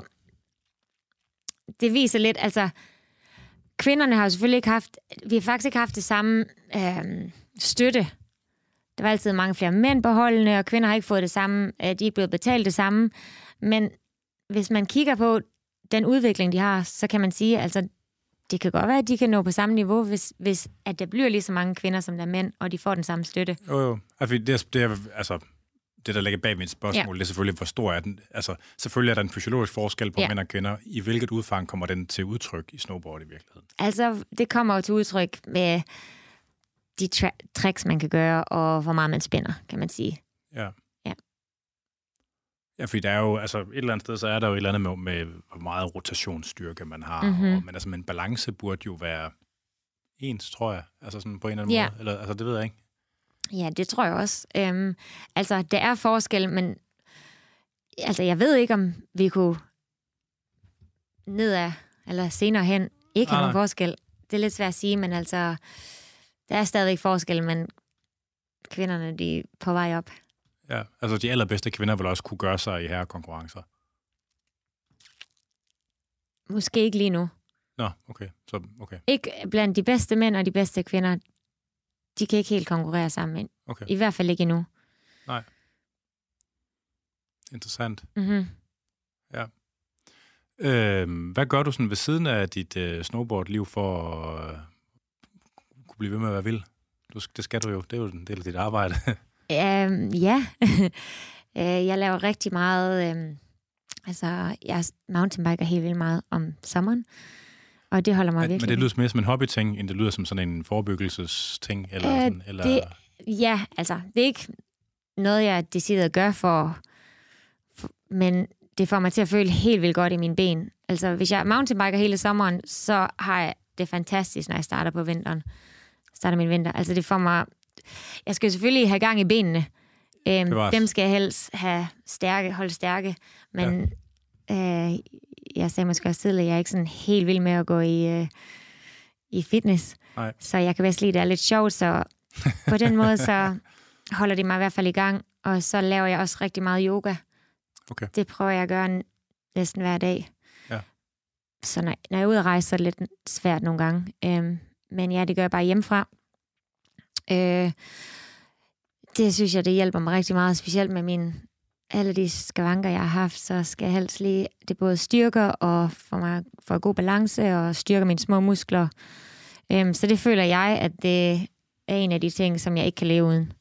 Det viser lidt, altså, kvinderne har jo selvfølgelig ikke haft, vi har faktisk ikke haft det samme øh, støtte. Der var altid mange flere mænd på holdene, og kvinder har ikke fået det samme, de er ikke blevet betalt det samme. Men hvis man kigger på den udvikling, de har, så kan man sige, altså, det kan godt være, at de kan nå på samme niveau, hvis, hvis at der bliver lige så mange kvinder, som der er mænd, og de får den samme støtte. Jo, jo. Altså, det er, det er altså... Det, der ligger bag mit spørgsmål, ja. Det er selvfølgelig, hvor stor er den. Altså, selvfølgelig er der en fysiologisk forskel på ja. Mænd og kvinder. I hvilket udfang kommer den til udtryk i snowboard i virkeligheden? Altså, det kommer jo til udtryk med de tra- tricks, man kan gøre, og hvor meget man spænder, kan man sige. Ja. Ja. Ja, fordi der er jo, altså et eller andet sted, så er der jo et eller andet med, med hvor meget rotationsstyrke man har. Mm-hmm. Og, men altså, en balance burde jo være ens, tror jeg. Altså sådan på en eller anden ja. måde. Eller, altså, det ved jeg ikke. Ja, det tror jeg også. Øhm, altså, der er forskel, men altså, jeg ved ikke, om vi kunne nedad, eller senere hen, ikke have nogen forskel. Det er lidt svært at sige, men altså, der er stadigvæk forskel, men kvinderne, de er på vej op. Ja, altså de allerbedste kvinder vil også kunne gøre sig i herrekonkurrencer. Måske ikke lige nu. Nå, okay. Så, okay. Ikke blandt de bedste mænd og de bedste kvinder. De kan ikke helt konkurrere sammen. Okay. I hvert fald ikke endnu. Nej. Interessant. Mm-hmm. Ja. Øh, hvad gør du sådan ved siden af dit øh, snowboard-liv for at øh, kunne blive ved med at være vild? Du, det skal du jo. Det er jo en del af dit arbejde. øh, ja. Jeg laver rigtig meget... Øh, altså, jeg mountainbiker helt vildt meget om sommeren. Og det holder mig men, virkelig. Men det lyder mere som en hobbyting, end det lyder som sådan en forebyggelsesting? Eller øh, sådan, eller... Det, ja, altså, det er ikke noget, jeg decideret gør for, for men det får mig til at føle helt vildt godt i mine ben. Altså, hvis jeg mountainbiker hele sommeren, så har jeg det fantastisk, når jeg starter på vinteren. Starter min vinter. Altså, det får mig... Jeg skal selvfølgelig have gang i benene. Øhm, dem skal jeg helst have stærke, holde stærke. Men ja. øh, jeg sagde måske også tidligere, jeg er ikke sådan helt vild med at gå i, øh, i fitness. Nej. Så jeg kan bedst lide, det er lidt sjovt, så på den måde, så holder det mig i hvert fald i gang. Og så laver jeg også rigtig meget yoga. Okay. Det prøver jeg at gøre næsten hver dag. Ja. Så når, når jeg er ude at rejse, så er det lidt svært nogle gange. Øhm, men ja, det gør jeg bare hjemmefra. Øh, det synes jeg, det hjælper mig rigtig meget, specielt med mine, alle de skavanker, jeg har haft, så skal jeg helst lige, det både styrker og får mig for god balance og styrker mine små muskler. Øhm, så det føler jeg, at det er en af de ting, som jeg ikke kan leve uden.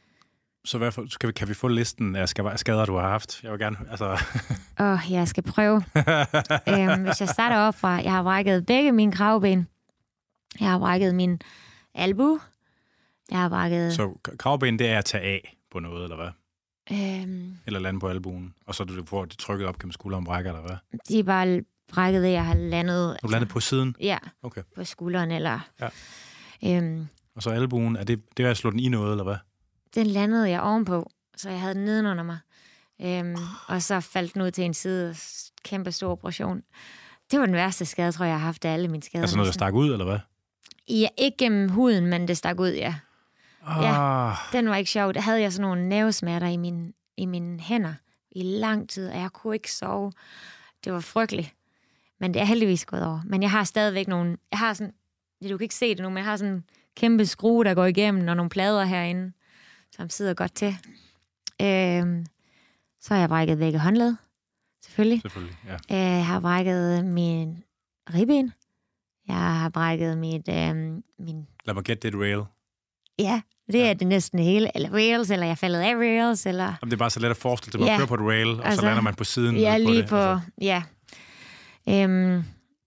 Så hvad for, kan, vi, kan vi få listen af skader, du har haft? Jeg vil gerne... Altså... Åh, oh, jeg skal prøve. øhm, hvis jeg starter op fra, jeg har brækket begge mine kravben. Jeg har brækket min albu. Jeg har brækket... Så kravben, det er at tage af på noget, eller hvad? Øhm... Eller lande på albuen. Og så du får det trykket op gennem skulderen brækker, eller hvad? De er bare brækket ved, at jeg har landet... Du landet på siden? Ja, okay. På skulderen, eller... Ja. Øhm... Og så albuen, er det, det er at slå den i noget, eller hvad? Den landede jeg ovenpå, så jeg havde den nedenunder mig. Øhm, og så faldt den ud til en side, kæmpe stor operation. Det var den værste skade, tror jeg, jeg har haft af alle mine skader. Altså noget, der stak ud, eller hvad? Ja, ikke gennem huden, men det stak ud, ja. Ah. Ja, den var ikke sjov. Der havde jeg sådan nogle nervesmerter i mine, i mine hænder i lang tid, og jeg kunne ikke sove. Det var frygteligt. Men det er heldigvis gået over. Men jeg har stadigvæk nogle... Jeg har sådan... Du kan ikke se det nu, men jeg har sådan en kæmpe skrue, der går igennem, og nogle plader herinde, som sidder godt til. Øhm, så har jeg brækket begge håndled. Selvfølgelig. Selvfølgelig, ja. Øh, jeg har brækket min ribben. Jeg har brækket mit... Øhm, min... Lad mig gætte, det er et rail. Ja, det er ja. det næsten hele. Eller rails, eller jeg faldet af rails, eller... Jamen, det er bare så let at forestille sig, at man ja. kører på et rail, og altså, så lander man på siden. Ja, på lige det, på... Altså. Ja. Øhm,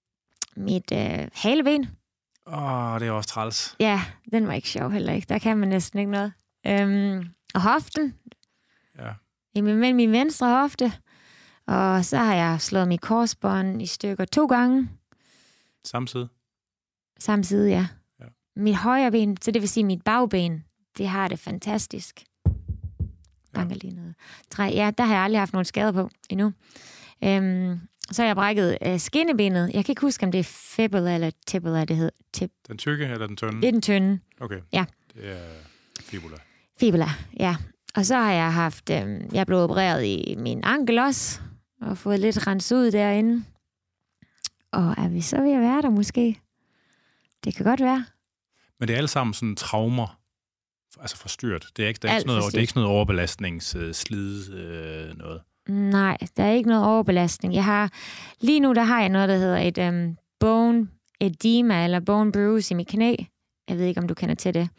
mit øh, haleben. Åh, oh, det er også træls. Ja, den var ikke sjov heller ikke. Der kan man næsten ikke noget. Øhm, og hoften. Ja. Jamen, mellem min venstre hofte. Og så har jeg slået mit korsbånd i stykker to gange. Samme side? Samme side, ja. ja. Mit højre ben, så det vil sige mit bagben, det har det fantastisk. Banker ja. lige noget. Træ, ja, der har jeg aldrig haft nogen skader på endnu. Øhm, så har jeg brækket øh, skinnebenet. Jeg kan ikke huske, om det er fibula eller tibula, det hedder. Tib. Den tykke eller den tynde? Det er den tynde. Okay. Ja. Det er fibula. Fibula, ja. Og så har jeg haft, øh, jeg blev opereret i min ankel også, og fået lidt renset ud derinde. Og er vi så ved at være der måske? Det kan godt være. Men det er alle sammen sådan traumer, altså forstyrret. Det er ikke, der er ikke sådan noget, det er ikke sådan noget overbelastningsslid øh, noget. Nej, der er ikke noget overbelastning. Jeg har, lige nu der har jeg noget, der hedder et um, bone edema, eller bone bruise i mit knæ. Jeg ved ikke, om du kender til det.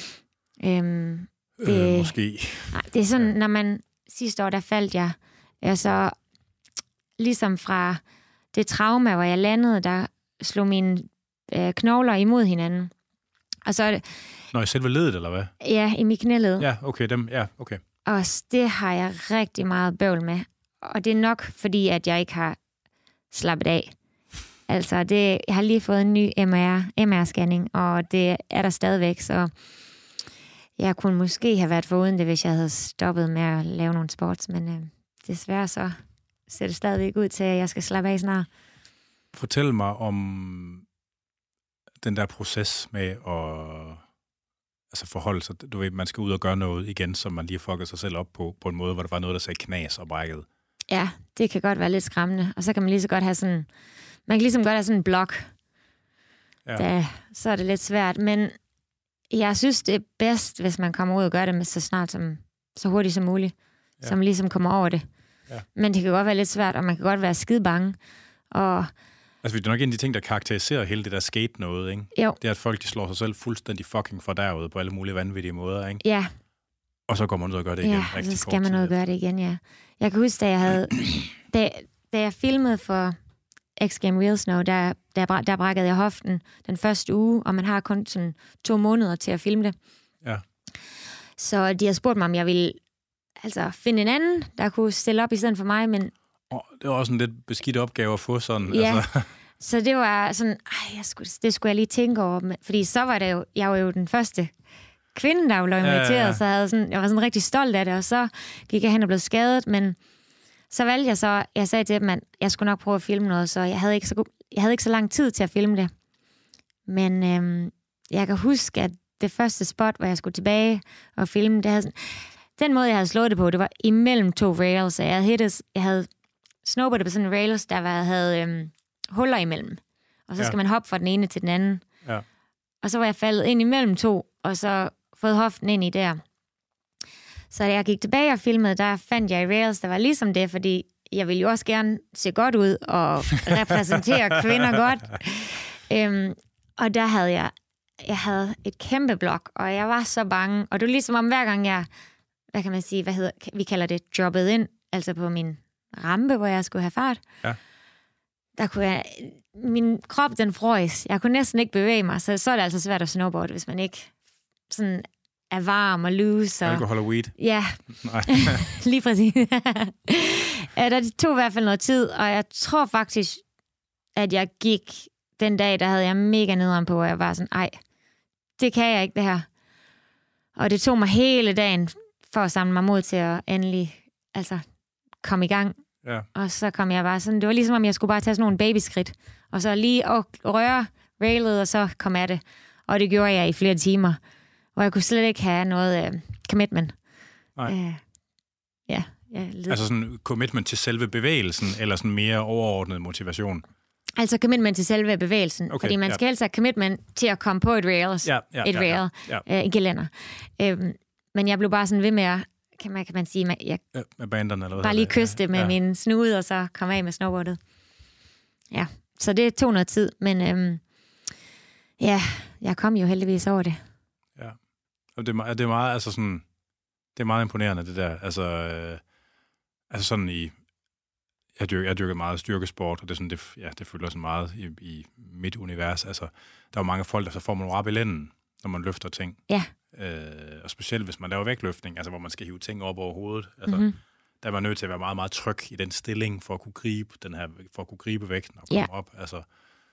Um, det øh, måske. Nej, det er sådan, ja. Når man... Sidste år, der faldt jeg, og så ligesom fra det trauma, hvor jeg landede, der slog mine øh, knogler imod hinanden. Og så... Nå, i selve ledet, eller hvad? Ja, i mit knæled. Ja, okay, dem, ja, okay. Og det har jeg rigtig meget bøvl med. Og det er nok, fordi at jeg ikke har slappet af. Altså, det, jeg har lige fået en ny M R-scanning, og det er der stadigvæk, så jeg kunne måske have været foruden det, hvis jeg havde stoppet med at lave nogle sports, men øh, desværre så ser det stadigvæk ud til, at jeg skal slappe af snart. Fortæl mig om den der proces med at altså forholde sig. Du ved, man skal ud og gøre noget igen, som man lige har fucket sig selv op på, på en måde, hvor der var noget, der sagde knas og brækket. Ja, det kan godt være lidt skræmmende. Og så kan man lige så godt have sådan... Man kan ligesom godt have sådan en blok. Ja. Da, så er det lidt svært. Men jeg synes, det er bedst, hvis man kommer ud og gør det med så snart som... Så hurtigt som muligt. Ja. Så man ligesom kommer over det. Ja. Men det kan godt være lidt svært, og man kan godt være skide bange. Og... Altså, det er nok en af de ting, der karakteriserer hele det der skate noget, ikke? Jo. Det er, at folk de slår sig selv fuldstændig fucking for derude på alle mulige vanvittige måder, ikke? Ja. Og så går man ud og gør det igen. Ja, rigtig så skal man ud og gøre det igen, ja. Jeg kan huske, da jeg havde... da, da jeg filmede for X Games Real Snow, der, der, der brækkede jeg hoften den første uge, og man har kun sådan to måneder til at filme det. Ja. Så de har spurgt mig, om jeg ville altså finde en anden, der kunne stille op i stedet for mig, men... Oh, det var også en lidt beskidt opgave at få sådan. Ja, altså. Så det var sådan, ej, jeg skulle, det skulle jeg lige tænke over, fordi så var det jo, jeg var jo den første kvinde, der blev inviteret, ja, ja, ja. Så jeg, havde sådan, jeg var sådan rigtig stolt af det, og så gik jeg hen og blev skadet, men så valgte jeg så, jeg sagde til dem, at jeg skulle nok prøve at filme noget, så jeg havde ikke så, jeg havde ikke så lang tid til at filme det. Men øhm, jeg kan huske, at det første spot, hvor jeg skulle tilbage og filme, det havde sådan, den måde, jeg havde slået det på, det var imellem to rails, og jeg havde, hittet, jeg havde snowboardet på sådan en rails, der var, havde øhm, huller imellem, og så skal ja. man hoppe fra den ene til den anden. Ja. Og så var jeg faldet ind imellem to, og så fået hoften ind i der. Så da jeg gik tilbage og filmede, der fandt jeg rails, der var ligesom det, fordi jeg ville jo også gerne se godt ud og repræsentere kvinder godt. Øhm, og der havde jeg, jeg havde et kæmpe blok, og jeg var så bange. Og det var ligesom om hver gang jeg, hvad kan man sige, hvad hedder, vi kalder det, droppet ind, altså på min rampe, hvor jeg skulle have fart. Ja. Der kunne jeg, min krop, den frøs. Jeg kunne næsten ikke bevæge mig, så, så er det altså svært at snowboarde, hvis man ikke sådan er varm og loose. Og... Alkohol og weed? Ja, Nej. lige præcis. Ja, det tog i hvert fald noget tid, og jeg tror faktisk, at jeg gik den dag, der havde jeg mega nederen på, og jeg var sådan, ej, det kan jeg ikke, det her. Og det tog mig hele dagen for at samle mig mod til at endelig altså, komme i gang. Ja. Og så kom jeg bare sådan, det var ligesom om jeg skulle bare tage sådan nogle babyskridt, og så lige og røre railet, og så kom jeg det. Og det gjorde jeg i flere timer, hvor jeg kunne slet ikke have noget uh, commitment. Nej. Uh, ja, altså sådan commitment til selve bevægelsen, eller sådan mere overordnet motivation? Altså commitment til selve bevægelsen, okay, fordi man skal ja. helst have commitment til at komme på et rails, ja, ja, et ja, rail, ja, ja. Uh, en gelænder. Uh, men jeg blev bare sådan ved med at, kan man, kan man sige, jeg ja, med banderne, eller hvad bare lige kyste med ja. min snude, og så komme af med snowboardet. Ja, så det tog noget tid, men øhm, ja, jeg kom jo heldigvis over det. Ja, og det er, det er meget, altså sådan, det er meget imponerende, det der, altså, øh, altså sådan i, jeg dyrker, jeg dyrker meget styrkesport, og det er sådan, det, ja, det følger sådan meget i, i mit univers, altså, der er jo mange folk, der så får man rap i lænden, når man løfter ting. Ja. Øh, og specielt hvis man laver vægtløftning, altså hvor man skal hive ting op over hovedet, altså, mm-hmm. der er man nødt til at være meget, meget tryg i den stilling, for at kunne gribe den her, for at kunne gribe vægten og komme ja. op, altså.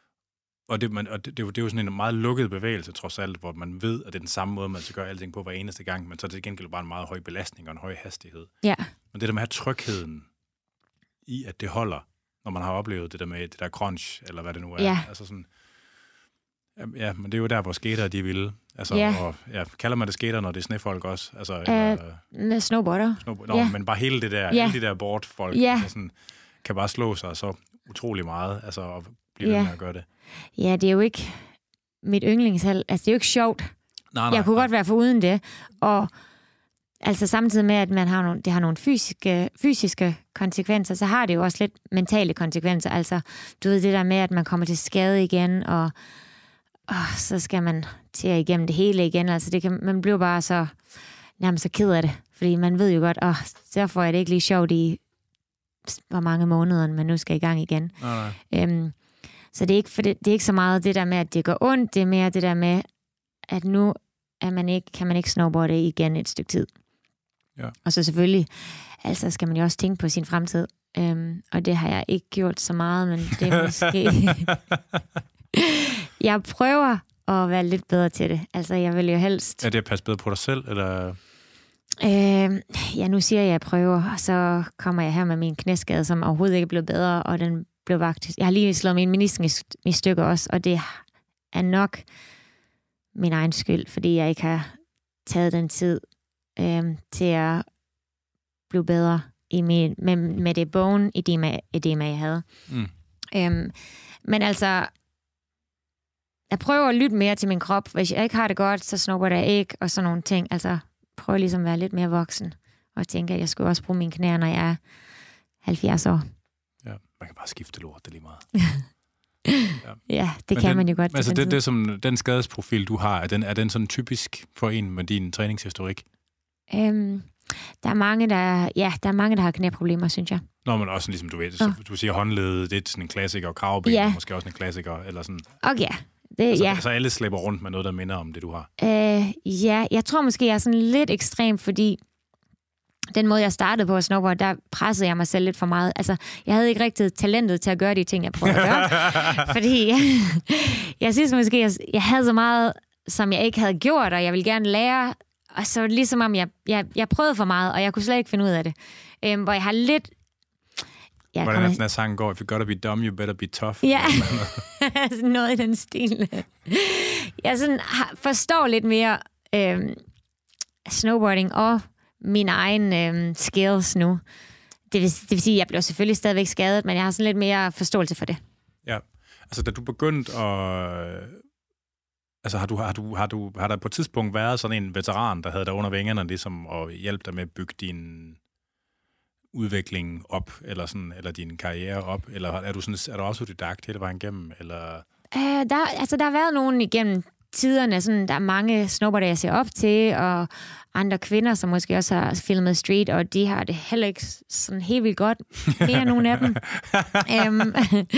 Og, det, man, og det, det, er jo, det er jo sådan en meget lukket bevægelse, trods alt, hvor man ved, at det er den samme måde, man skal gøre alting på hver eneste gang, men så er det til gengæld bare en meget høj belastning og en høj hastighed. Ja. Men det der med at have trygheden i, at det holder, når man har oplevet det der med det der crunch, eller hvad det nu er. Ja. Altså sådan, ja, men det er jo der, hvor skater de vil. Altså, ja. Og, ja, kalder man det skater, når det er snefolk også? Altså, uh, eller, snowboarder. snowboard. Nå, ja. Men bare hele det der, ja. alle de der boardfolk, ja. altså sådan, kan bare slå sig så utrolig meget, altså og blive ja. ved med at gøre det. Ja, det er jo ikke mit yndlingshal. Altså, det er jo ikke sjovt. Nej, nej, jeg kunne nej. godt være foruden det. Og altså samtidig med, at man har nogle, det har nogle fysiske, fysiske konsekvenser, så har det jo også lidt mentale konsekvenser. Altså, du ved det der med, at man kommer til skade igen, og åh, så skal man til at igennem det hele igen. Altså, det kan, man bliver bare så nærmest så ked af det. Fordi man ved jo godt, åh, derfor er det ikke lige sjovt i hvor mange måneder, man nu skal i gang igen. Nej, nej. Øhm, så det er, ikke, for det, det er ikke så meget det der med, at det går ondt, det er mere det der med, at nu er man ikke, kan man ikke snowboarde igen et stykke tid. Ja. Og så selvfølgelig, altså skal man jo også tænke på sin fremtid. Øhm, og det har jeg ikke gjort så meget, men det er måske... jeg prøver at være lidt bedre til det. Altså, jeg vil jo helst... Er det at passe bedre på dig selv, eller... Øh, ja, nu siger jeg, at jeg prøver, og så kommer jeg her med min knæskade, som overhovedet ikke er blevet bedre, og den blev faktisk... Jeg har lige slået min menisken i, i stykker også, og det er nok min egen skyld, fordi jeg ikke har taget den tid øh, til at blive bedre i min, med, med det bone edema, edema jeg havde. Mm. Øh, men altså... Jeg prøver at lytte mere til min krop. Hvis jeg ikke har det godt, så snupper jeg ikke, og sådan nogle ting. Altså, prøver ligesom at være lidt mere voksen, og tænke, at jeg skulle også bruge mine knæer, når jeg er halvfjerds år. Ja, man kan bare skifte lort, det er lige meget. ja. ja, det men kan den, man jo godt. Altså, det, det som, den skadesprofil, du har, er den, er den sådan typisk for en med din træningshistorik? Øhm, der er mange, der, ja, der er mange, der har knæproblemer, synes jeg. Nå, men også ligesom du ved, så, du siger håndled, det er sådan en klassiker, og kravben ja. er måske også en klassiker, eller sådan. Okay, ja. Det, altså, ja. altså alle slipper rundt med noget, der minder om det, du har. Øh, ja, jeg tror måske, jeg er sådan lidt ekstrem, fordi den måde, jeg startede på at snowboard, der pressede jeg mig selv lidt for meget. Altså, jeg havde ikke rigtig talentet til at gøre de ting, jeg prøvede at gøre. Fordi jeg, jeg synes måske, jeg, jeg havde så meget, som jeg ikke havde gjort, og jeg ville gerne lære. Og så ligesom om, jeg, jeg, jeg prøvede for meget, og jeg kunne slet ikke finde ud af det. Øhm, hvor jeg har lidt... Ja, hvordan er den her sang går? If you gotta be dumb, you better be tough. Ja, noget i den stil. Jeg sådan, forstår lidt mere øhm, snowboarding og mine egne øhm, skills nu. Det vil, det vil sige, at jeg blev selvfølgelig stadigvæk skadet, men jeg har sådan lidt mere forståelse for det. Ja, altså da du begyndte at... Altså har du, har, du, har, du, har der på et tidspunkt været sådan en veteran, der havde dig under vingerne, ligesom at hjælpe dig med at bygge din udvikling op, eller, sådan, eller din karriere op? Eller er du, sådan, er du autodidakt hele vejen igennem? Eller? Uh, der, altså, der har været nogen igennem tiderne, sådan, der er mange snowboarder, jeg ser op til, og andre kvinder, som måske også har filmet street, og de har det heller ikke sådan helt vildt godt, mere nogle af dem. um,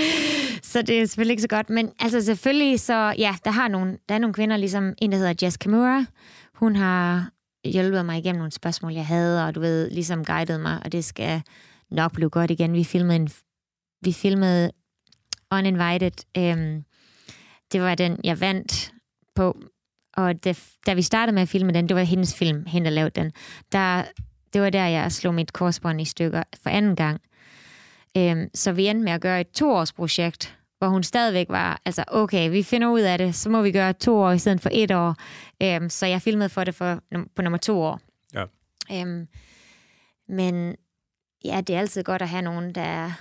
så det er selvfølgelig ikke så godt, men altså selvfølgelig, så ja, der, har nogle, der er nogle kvinder, ligesom en, der hedder Jess Kimura. Hun har hjulpet mig igennem nogle spørgsmål, jeg havde, og du ved, ligesom guidet mig, og det skal nok blive godt igen. Vi filmede, en, vi filmede Uninvited. Um, det var den, jeg vandt på, og det, da vi startede med at filme den, det var hendes film, hende der lavede den. Der, det var der, jeg slog mit korsbånd i stykker for anden gang. Um, så vi endte med at gøre et toårsprojekt, hvor hun stadigvæk var, altså okay, vi finder ud af det, så må vi gøre to år i stedet for et år. Um, så jeg filmede for det for, på nummer to år. Ja. Um, men ja, det er altid godt at have nogen, der,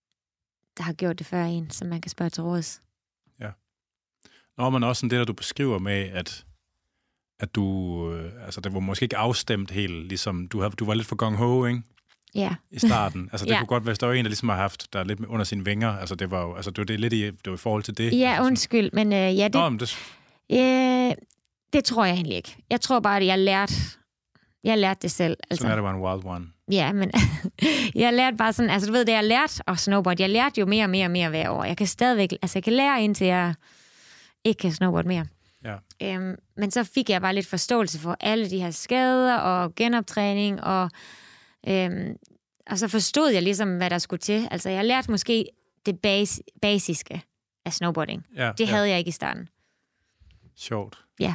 der har gjort det før en, som man kan spørge til råds. Ja. Nå, men også sådan det, der du beskriver med, at, at du, øh, altså det var måske ikke afstemt helt, ligesom du, havde, du var lidt for gung-ho, ikke? Ja. I starten. Altså det ja. kunne godt være, hvis der var en, der ligesom har haft, der er lidt under sine vinger. Altså det var jo, altså det var det lidt i, det var i forhold til det. Ja, altså, undskyld, men øh, ja, det, Nå, men det... Øh, det tror jeg egentlig ikke. Jeg tror bare, at jeg lærte, jeg lærte det selv. Altså. Så er det var en wild one. Ja, men jeg lærte bare sådan, altså du ved, det jeg lærte at snowboard, jeg lærte jo mere og mere og mere hver år. Jeg kan stadigvæk, altså jeg kan lære indtil jeg ikke kan snowboard mere. Ja. Øhm, men så fik jeg bare lidt forståelse for alle de her skader og genoptræning, og, øhm, og så forstod jeg ligesom, hvad der skulle til. Altså jeg lærte måske det bas- basiske af snowboarding. Ja, det ja. havde jeg ikke i starten. Sjovt. Ja.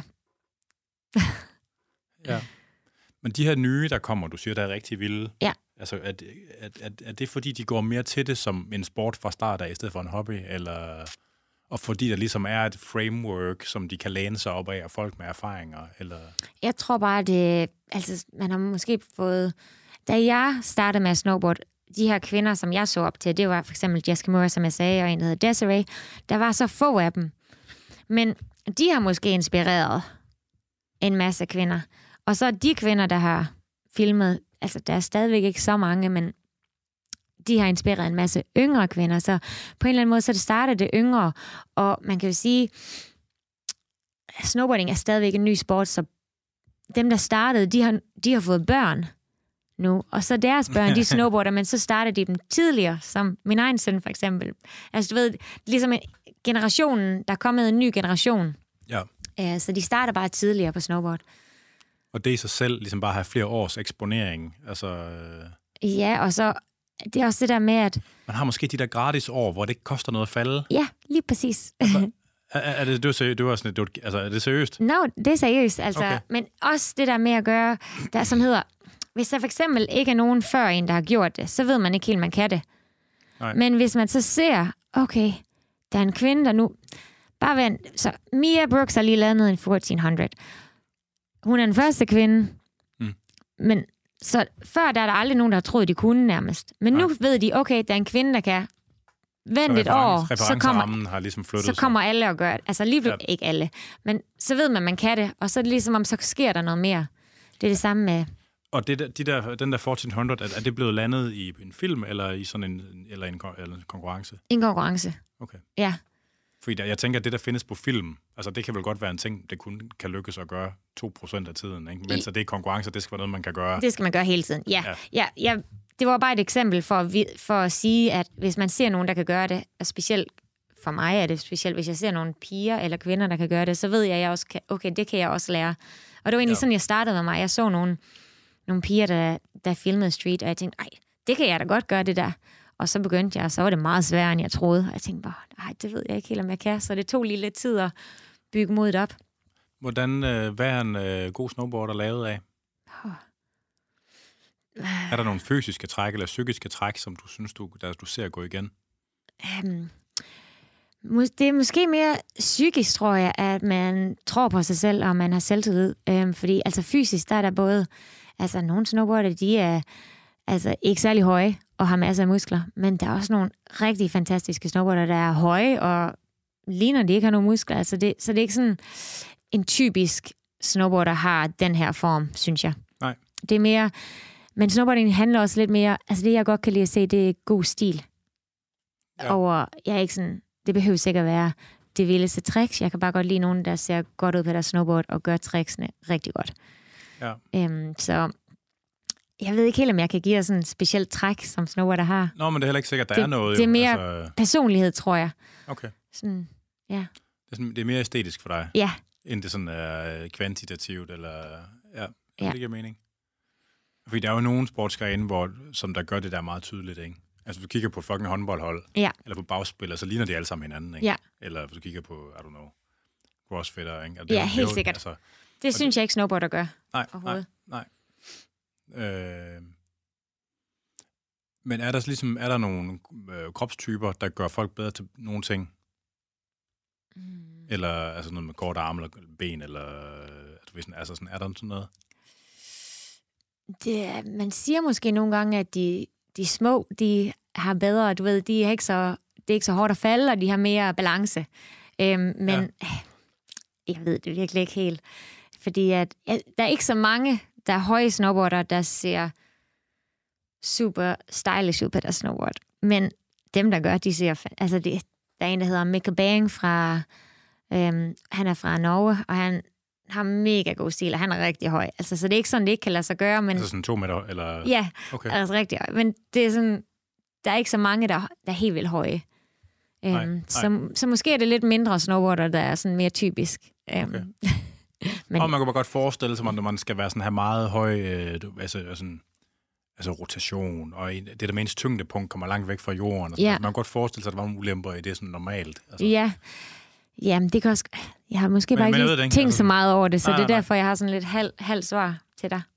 Ja. Men de her nye, der kommer, du siger, der er rigtig vilde. Ja. Altså, er, er, er, er det fordi, de går mere til det som en sport fra start af, i stedet for en hobby? Eller, og fordi der ligesom er et framework, som de kan læne sig op af, og folk med erfaringer? Eller? Jeg tror bare, det, altså, man har måske fået... Da jeg startede med at snowboard, de her kvinder, som jeg så op til, det var for eksempel Jess Kimura, som jeg sagde, og en, der hedder Desiree. Der var så få af dem. Men de har måske inspireret en masse kvinder. Og så de kvinder, der har filmet, altså der er stadigvæk ikke så mange, men de har inspireret en masse yngre kvinder. Så på en eller anden måde, så det startede det yngre. Og man kan jo sige, snowboarding er stadigvæk en ny sport, så dem, der startede, de har, de har fået børn nu. Og så deres børn, de snowboarder, men så startede de dem tidligere, som min egen søn for eksempel. Altså du ved, ligesom generationen, der er kommet en ny generation. Ja. Uh, så de starter bare tidligere på snowboard. Og det i sig selv, ligesom bare have flere års eksponering. Altså, øh... Ja, og så det er også det der med, at... Man har måske de der gratis år, hvor det ikke koster noget at falde. Ja, lige præcis. Altså, er, er, det, det, var, det var sådan, det, altså, er det seriøst? Nå, no, det er seriøst, altså. Okay. Men også det der med at gøre, der som hedder, hvis der for eksempel ikke er nogen før en, der har gjort det, så ved man ikke helt, man kan det. Nej. Men hvis man så ser, okay, der er en kvinde, der nu... Bare vent. Så Mia Brooks har lige landet en fjorten hundrede. Hun er den første kvinde. Mm. Men så før der er der aldrig nogen, der har troet, de kunne nærmest. Men Nej. Nu ved de, okay, der er en kvinde, der kan vente et år. Så kommer, har ligesom flyttet så kommer alle og gør det. Altså lige ja. Ikke alle. Men så ved man, man kan det. Og så er det ligesom, om så sker der noget mere. Det er det samme med... Og det der, de der, den der fjorten hundrede, er det blevet landet i en film, eller i sådan en, eller en, eller en konkurrence? En konkurrence. Okay. Ja. Fordi der, jeg tænker, at det, der findes på film, altså det kan vel godt være en ting, det kun kan lykkes at gøre to procent af tiden, ikke? Mens I... det er konkurrencer, det skal være noget, man kan gøre. Det skal man gøre hele tiden, ja. ja. ja, ja det var bare et eksempel for at, for at sige, at hvis man ser nogen, der kan gøre det, og specielt for mig er det specielt, hvis jeg ser nogle piger eller kvinder, der kan gøre det, så ved jeg, at jeg også kan, okay, det kan jeg også lære. Og det var egentlig ja. Sådan, jeg startede med mig. Jeg så nogle nogle piger, der, der filmede street, og jeg tænkte, ej, det kan jeg da godt gøre, det der. Og så begyndte jeg, og så var det meget sværere, end jeg troede. Og jeg tænkte bare, nej, det ved jeg ikke helt, om jeg kan. Så det tog lige lidt tid at bygge modet op. Hvordan, øh, hvad er en øh, god snowboarder lavet af? Oh. Er der nogle fysiske træk eller psykiske træk, som du synes, du, der, du ser gå igen? Um, det er måske mere psykisk, tror jeg, at man tror på sig selv, og man har selvtillid. Um, fordi altså fysisk, der er der både... Altså, nogle snowboarder, de er altså ikke særlig høje og har masser af muskler, men der er også nogle rigtig fantastiske snowboarder, der er høje og ligner, de ikke har nogen muskler. Altså det, så det er ikke sådan en typisk snowboarder har den her form, synes jeg. Nej. Det er mere... Men snowboarding handler også lidt mere... Altså det, jeg godt kan lide at se, det er god stil. Ja. Over... Jeg er ikke sådan... Det behøver sikkert være det vildeste tricks. Jeg kan bare godt lide nogen, der ser godt ud på deres snowboard og gør tricksene rigtig godt. Ja. Øhm, så... Jeg ved ikke helt, om jeg kan give dig sådan en speciel træk, som snowboarder har. Nå, men det er heller ikke sikkert, der det, er noget. Det er mere altså... personlighed, tror jeg. Okay. Sådan, ja. Det er, sådan, det er mere æstetisk for dig? Ja. End det sådan er uh, kvantitativt, eller... Ja, det ja. giver mening. Fordi der er jo nogle sportsgrene, hvor, som der gør det der meget tydeligt, ikke? Altså, hvis du kigger på fucking håndboldhold, ja. eller på bagspillere, så ligner de alle sammen hinanden, ikke? Ja. Eller hvis du kigger på, I don't know, crossfitter, ikke? Det, ja, helt det, sikkert. Altså, det synes det, jeg ikke snowboarder gør. Nej, nej, nej. Øh, men er der ligesom er der nogle øh, kropstyper, der gør folk bedre til nogle ting? Mm. Eller altså noget med korte arme eller ben, eller altså sådan, er der sådan noget? Det, man siger måske nogle gange, at de, de små, de har bedre, du ved, de er ikke så, det er ikke så hårdt at falde, og de har mere balance. Øhm, men ja. Jeg ved det virkelig ikke helt. Fordi at, ja, der er ikke så mange, der er høje snowboarder, der ser super stylish ud på deres snowboard. Men dem, der gør, de ser... Altså, det, der er en, der hedder Mikkel Bang fra... Øhm, han er fra Norge, og han har mega god stil, og han er rigtig høj. Altså, så det er ikke sådan, det ikke kan lade sig gøre, men... Altså sådan to meter, eller... Ja, okay. Altså rigtig høj. Men det er sådan... Der er ikke så mange, der, der er helt vildt høje. Øhm, nej, nej. Så, så måske er det lidt mindre snowboarder, der er sådan mere typisk. Øhm, okay. Men, og man kan bare godt forestille sig, at man skal være sådan her meget høj, øh, altså, altså, altså rotation, og det der mindst tyngdepunkt kommer langt væk fra jorden. Og ja. Man kan godt forestille sig, at der var nogle ulemper i det sådan normalt. Altså. Ja, jamen det kan også... Jeg har måske men, bare ikke tænkt altså, så meget over det, så nej, det er nej, derfor, jeg har sådan lidt halv, halv svar til dig.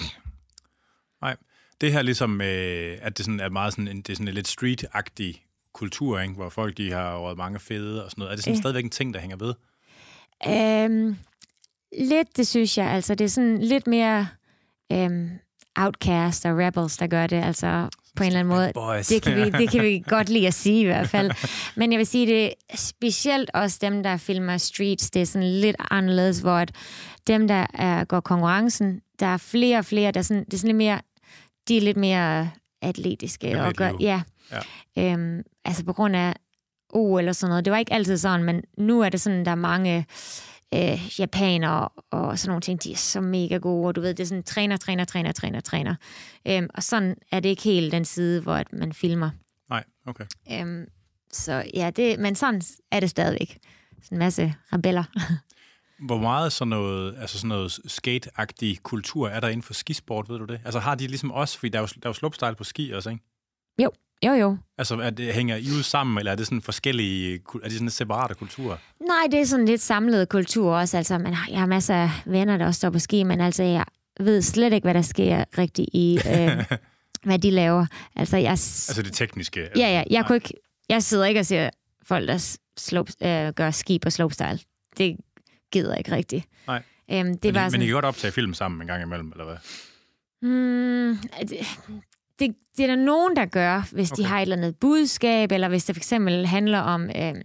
Nej, det her ligesom, øh, at det sådan er meget sådan en, det er sådan en lidt street-agtig kultur, ikke? Hvor folk de har røget mange fede og sådan noget. Er det sådan ja. Stadigvæk en ting, der hænger ved? Øhm... Lidt, det synes jeg. Altså, det er sådan lidt mere øhm, outcast og rebels, der gør det. Altså, på en eller anden måde. Det kan, vi, det kan vi godt lide at sige i hvert fald. Men jeg vil sige, det er specielt også dem, der filmer streets. Det er sådan lidt anderledes, hvor at dem, der er, går konkurrencen, der er flere og flere, der er sådan, det er sådan lidt mere, de er lidt mere atletiske. Og gør, ja. ja. Øhm, altså, på grund af O eller sådan noget. Det var ikke altid sådan, men nu er det sådan, der er mange... Øh, japanere og sådan nogle ting, de er så mega gode, og du ved, det er sådan træner, træner, træner, træner, træner. Øhm, og sådan er det ikke helt den side, hvor at man filmer. Nej, okay. Øhm, så ja, det, men sådan er det stadigvæk. Sådan en masse rebeller. Hvor meget sådan noget, altså sådan noget skate-agtig kultur er der inden for skisport, ved du det? Altså har de ligesom os, fordi der er jo, der er jo slopestyle på ski også, ikke? Jo. Jo, jo. Altså, er det, hænger I ud sammen, eller er det sådan forskellige, er det sådan separate kulturer? Nej, det er sådan lidt samlet kultur også. Altså, man har, jeg har masser af venner, der også står på ski, men altså, jeg ved slet ikke, hvad der sker rigtigt i, øh, hvad de laver. Altså, jeg... altså det tekniske? Altså. Ja, ja. Jeg, kunne ikke, jeg sidder ikke og ser folk, der slope, øh, gør ski på slopestyle. Det gider jeg ikke rigtigt. Nej. Øhm, det men, I, sådan... men I kan godt optage film sammen en gang imellem, eller hvad? Hmm, det... Det, det er der nogen, der gør, hvis okay. de har et eller andet budskab, eller hvis det for eksempel handler om, øh,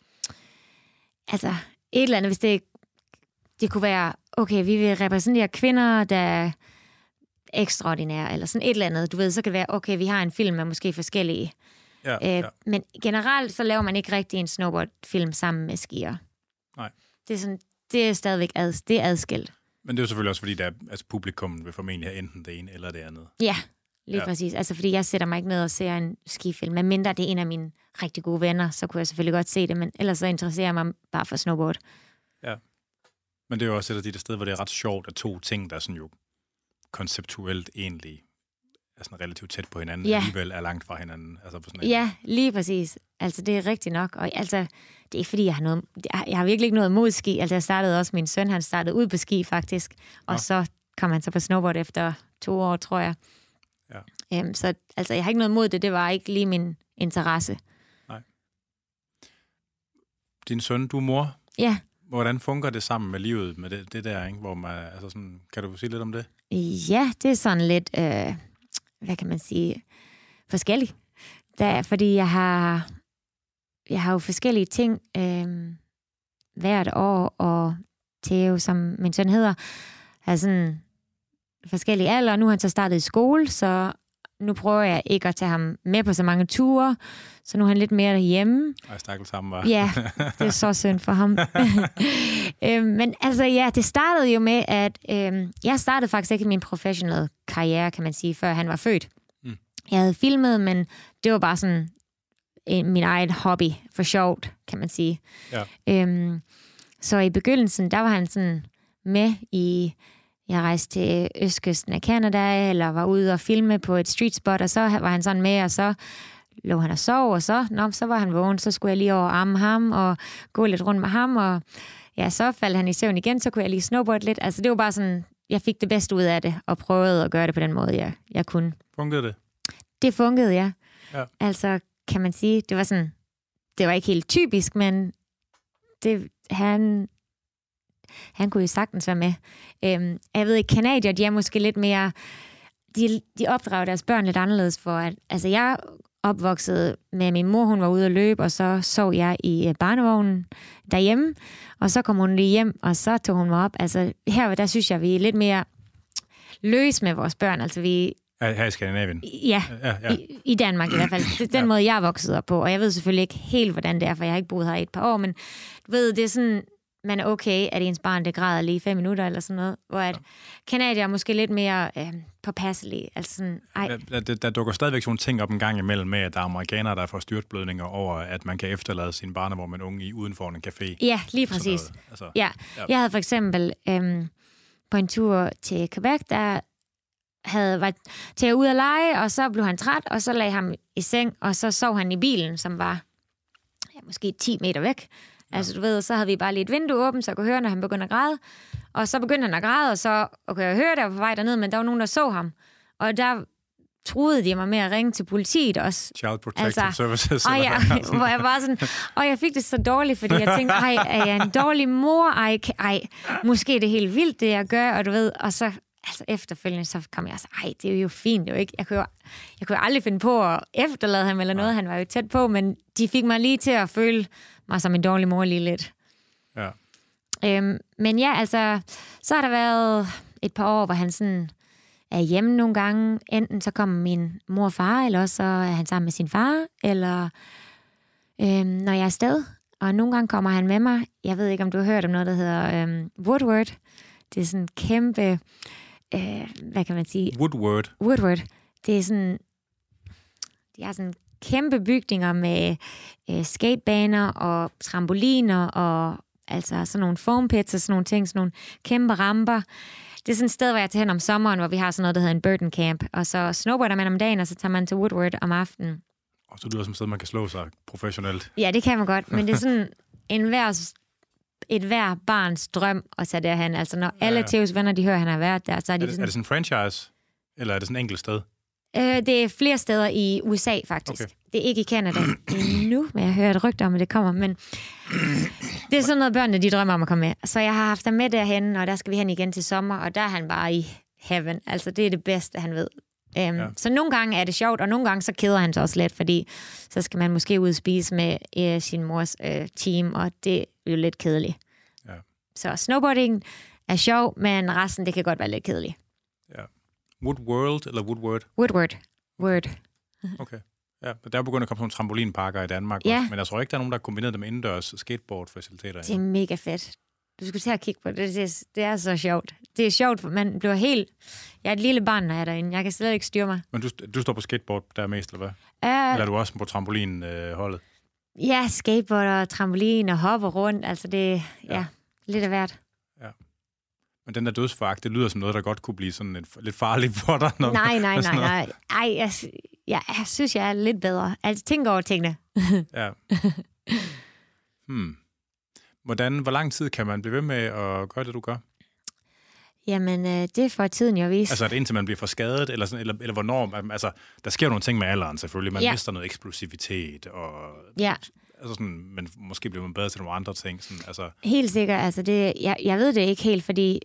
altså et eller andet, hvis det, det kunne være, okay, vi vil repræsentere kvinder, der er ekstraordinære, eller sådan et eller andet, du ved, så kan det være, okay, vi har en film med måske forskellige. Ja, øh, ja. Men generelt, så laver man ikke rigtig en snowboardfilm sammen med skier. Nej. Det er, sådan, det er stadigvæk ad, det er adskilt. Men det er jo selvfølgelig også, fordi der, altså, publikum vil formentlig have enten det ene eller det andet. Ja, lige ja. Præcis. Altså, fordi jeg sætter mig ikke ned og ser en skifilm. Men mindre det er en af mine rigtig gode venner, så kunne jeg selvfølgelig godt se det, men ellers så interesserer jeg mig bare for snowboard. Ja. Men det er jo også et af de der steder, hvor det er ret sjovt, at to ting, der sådan jo konceptuelt egentlig er sådan relativt tæt på hinanden, ja. alligevel er langt fra hinanden. Altså på sådan en... Ja, lige præcis. Altså, det er rigtigt nok. Og altså, det er ikke, fordi jeg har noget... Jeg har virkelig ikke noget mod ski. Altså, jeg startede også... Min søn, han startede ud på ski, faktisk. Og ja. Så kom han så på snowboard efter to år, tror jeg. Ja. Øhm, så altså, jeg har ikke noget mod det. Det var ikke lige min interesse. Nej. Din søn, du er mor. Ja. Hvordan fungerer det sammen med livet, med det, det der, ikke? Hvor man, altså sådan, kan du sige lidt om det? Ja, det er sådan lidt... Øh, hvad kan man sige, forskelligt. Der, fordi jeg har, jeg har jo forskellige ting øh, hvert år, og Theo, som min søn hedder, har sådan forskellige alder. Nu har han så startet i skole, så nu prøver jeg ikke at tage ham med på så mange ture, så nu er han lidt mere derhjemme. Og stakkels sammen, var. Ja, det er så synd for ham. øh, men altså ja, det startede jo med, at øh, jeg startede faktisk ikke min professionelle karriere, kan man sige, før han var født. Mm. Jeg havde filmet, men det var bare sådan en, min egen hobby, for sjovt, kan man sige. Ja. Øh, så i begyndelsen, der var han sådan med i... Jeg rejste til østkysten af Canada, eller var ude og filme på et street spot, og så var han sådan med, og så lå han og sov, og så, nå, så var han vågen, så skulle jeg lige over arme ham, og gå lidt rundt med ham, og ja, så faldt han i søvn igen, så kunne jeg lige snowboard lidt. Altså, det var bare sådan, jeg fik det bedste ud af det, og prøvede at gøre det på den måde, jeg, jeg kunne. Funkede det? Det funkede, ja. ja. Altså, kan man sige, det var sådan, det var ikke helt typisk, men det, han... Han kunne jo sagtens være med. Øhm, jeg ved ikke, canadier, de er måske lidt mere... De, de opdrager deres børn lidt anderledes for, at... Altså, jeg opvoksede med min mor, hun var ude at løbe, og så sov jeg i barnevognen derhjemme, og så kom hun lige hjem, og så tog hun mig op. Altså, her, der synes jeg, vi er lidt mere løs med vores børn. Altså, vi... Her i Skandinavien? Ja, ja, ja. I, i Danmark i hvert fald. Det er den ja. måde, jeg er vokset op på, og jeg ved selvfølgelig ikke helt, hvordan det er, for jeg har ikke boet her i et par år, men du ved, det er sådan... Man er okay, at ens barn det græder lige fem minutter eller sådan noget, hvor at canadier er måske lidt mere øh, påpasselige. Altså sådan, ej. Der, der, der dukker stadigvæk sådan ting op en gang imellem med, at der er amerikanere, der får styrtblødninger over, at man kan efterlade sine barnevogn med en unge i uden for en café. Ja, lige præcis. Altså, ja. ja. Jeg havde for eksempel øh, på en tur til Quebec, der havde været til at ud at lege, og så blev han træt, og så lagde ham i seng, og så sov han i bilen, som var ja, måske ti meter væk. Altså, du ved, så havde vi bare lige et vindue åbent, så jeg kunne høre, når han begyndte at græde. Og så begyndte han at græde, og så okay, jeg hørte, der var på vej derned, men der var nogen, der så ham. Og der truede de mig med at ringe til politiet også. Child Protective altså, Services. Og ja, hvor jeg bare sådan, og jeg fik det så dårligt, fordi jeg tænkte, ej, er jeg en dårlig mor? Ej, ej, måske er det helt vildt, det jeg gør, og du ved, og så altså efterfølgende, så kom jeg og sagde, ej, det er jo fint, det er jo ikke, jeg kunne jo, jeg kunne jo aldrig finde på at efterlade ham eller noget, han var jo tæt på, men de fik mig lige til at føle mig som en dårlig mor lige lidt. Ja. Øhm, men ja, altså, så har der været et par år, hvor han sådan er hjemme nogle gange. Enten så kommer min mor og far, eller også så er han sammen med sin far, eller øhm, når jeg er afsted. Og nogle gange kommer han med mig. Jeg ved ikke, om du har hørt om noget, der hedder øhm, Woodward. Det er sådan en kæmpe, øh, hvad kan man sige? Woodward. Woodward. Det er sådan, de har sådan kæmpe bygninger med øh, skatebaner og trampoliner og altså sådan nogle foam pits og sådan nogle ting, sådan nogle kæmpe ramper. Det er sådan et sted, hvor jeg tager hen om sommeren, hvor vi har sådan noget, der hedder en burden camp. Og så snowboarder man om dagen, og så tager man til Woodward om aftenen. Og så lyder det som et sted, man kan slå sig professionelt. Ja, det kan man godt, men det er sådan en hver, et hver barns drøm at tage derhen. Altså når alle ja, ja. Theos venner, de hører, han har været der, så er de er det, sådan... Er det sådan en franchise, eller er det sådan et enkelt sted? Øh, det er flere steder i U S A, faktisk. Okay. Det er ikke i Canada nu, men jeg hører et rygte om, at det kommer. Men det er sådan noget, børnene de drømmer om at komme med. Så jeg har haft ham med derhen, og der skal vi hen igen til sommer, og der er han bare i heaven. Altså, det er det bedste, han ved. Um, ja. Så nogle gange er det sjovt, og nogle gange så keder han sig også lidt, fordi så skal man måske ud og spise med uh, sin mors uh, team, og det er jo lidt kedeligt. Ja. Så snowboarding er sjov, men resten, det kan godt være lidt kedeligt. Ja. Woodworld eller Woodward? Woodward. Word. Okay. Ja, der er begyndt at komme sådan nogle trampolinparker i Danmark ja. også, men jeg tror ikke, der er nogen, der har kombineret det med indendørs skateboardfaciliteter. Det er mega fedt. Du skulle til at kigge på det. Det er, det er så sjovt. Det er sjovt, for man bliver helt... Jeg er et lille barn, når jeg er derinde. Jeg kan slet ikke styre mig. Men du, du står på skateboard der mest, eller hvad? Uh, eller er du også på trampolinholdet? Øh, ja, skateboard og trampolin og hopper rundt. Altså det er ja. ja, lidt af hvert. Ja. Men den der dødsforagt, det lyder som noget, der godt kunne blive sådan lidt, lidt farligt for dig. Når, nej, nej, nej, nej. Ej, jeg, jeg, jeg synes, jeg er lidt bedre. Altså, tænk over tingene. ja. Hmm. Hvordan, hvor lang tid kan man blive ved med at gøre det, du gør? Jamen, øh, det får tiden jo vise. Altså, er det indtil man bliver for skadet, eller, sådan, eller, eller hvornår? Altså, der sker nogle ting med alderen, selvfølgelig. Man ja. mister noget eksplosivitet, og... Ja. Altså sådan, men måske bliver man bedre til nogle andre ting. Sådan, altså. Helt sikkert. Altså det, jeg, jeg ved det ikke helt, fordi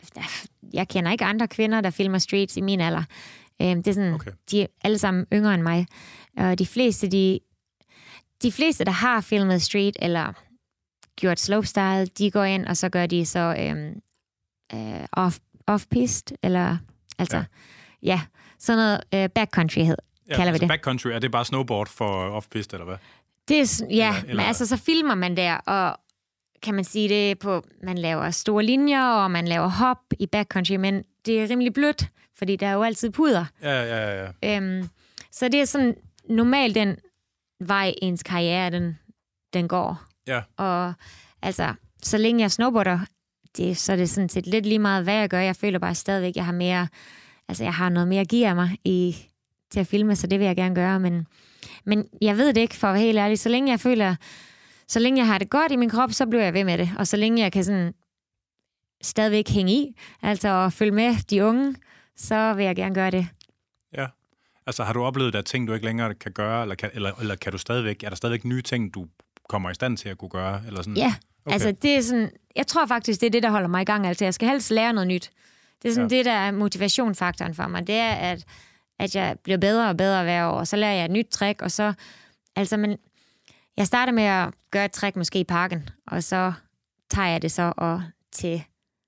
jeg kender ikke andre kvinder, der filmer streets i min alder. Øhm, det er sådan, okay. De er alle sammen yngre end mig. Og de fleste, de, de fleste, der har filmet street, eller gjort slopestyle, de går ind, og så gør de så øhm, øh, off, off-pist, eller altså, ja, ja sådan noget øh, backcountry hed, ja, kalder altså vi det. Backcountry, er det bare snowboard for off-pist, eller hvad? Det er, ja, eller, eller... men altså så filmer man der, og kan man sige det på, man laver store linjer, og man laver hop i backcountry, men det er rimelig blødt, fordi der er jo altid puder. Ja, ja, ja. ja. Øhm, så det er sådan normalt den vej, ens karriere, den, den går. Ja. Og altså, så længe jeg snowboarder, det, så er det sådan set lidt lige meget, hvad jeg gør. Jeg føler bare stadigvæk, jeg har mere, altså jeg har noget mere at give af mig i, til at filme, så det vil jeg gerne gøre, men Men jeg ved det ikke, for at være helt ærlig. Så længe jeg føler, så længe jeg har det godt i min krop, så bliver jeg ved med det. Og så længe jeg kan sådan stadigvæk hænge i, altså at følge med de unge, så vil jeg gerne gøre det. Ja. Altså har du oplevet, at der er ting, du ikke længere kan gøre, eller kan, eller, eller kan du stadigvæk, er der stadigvæk nye ting, du kommer i stand til at kunne gøre? Eller sådan? Ja, okay. Altså det er sådan, jeg tror faktisk, det er det, der holder mig i gang. Altså jeg skal helst lære noget nyt. Det er sådan ja. det, der er motivationsfaktoren for mig. Det er, at at jeg bliver bedre og bedre hver år, og så lærer jeg et nyt trick, og så, altså, men jeg starter med at gøre et trick måske i parken, og så tager jeg det så og til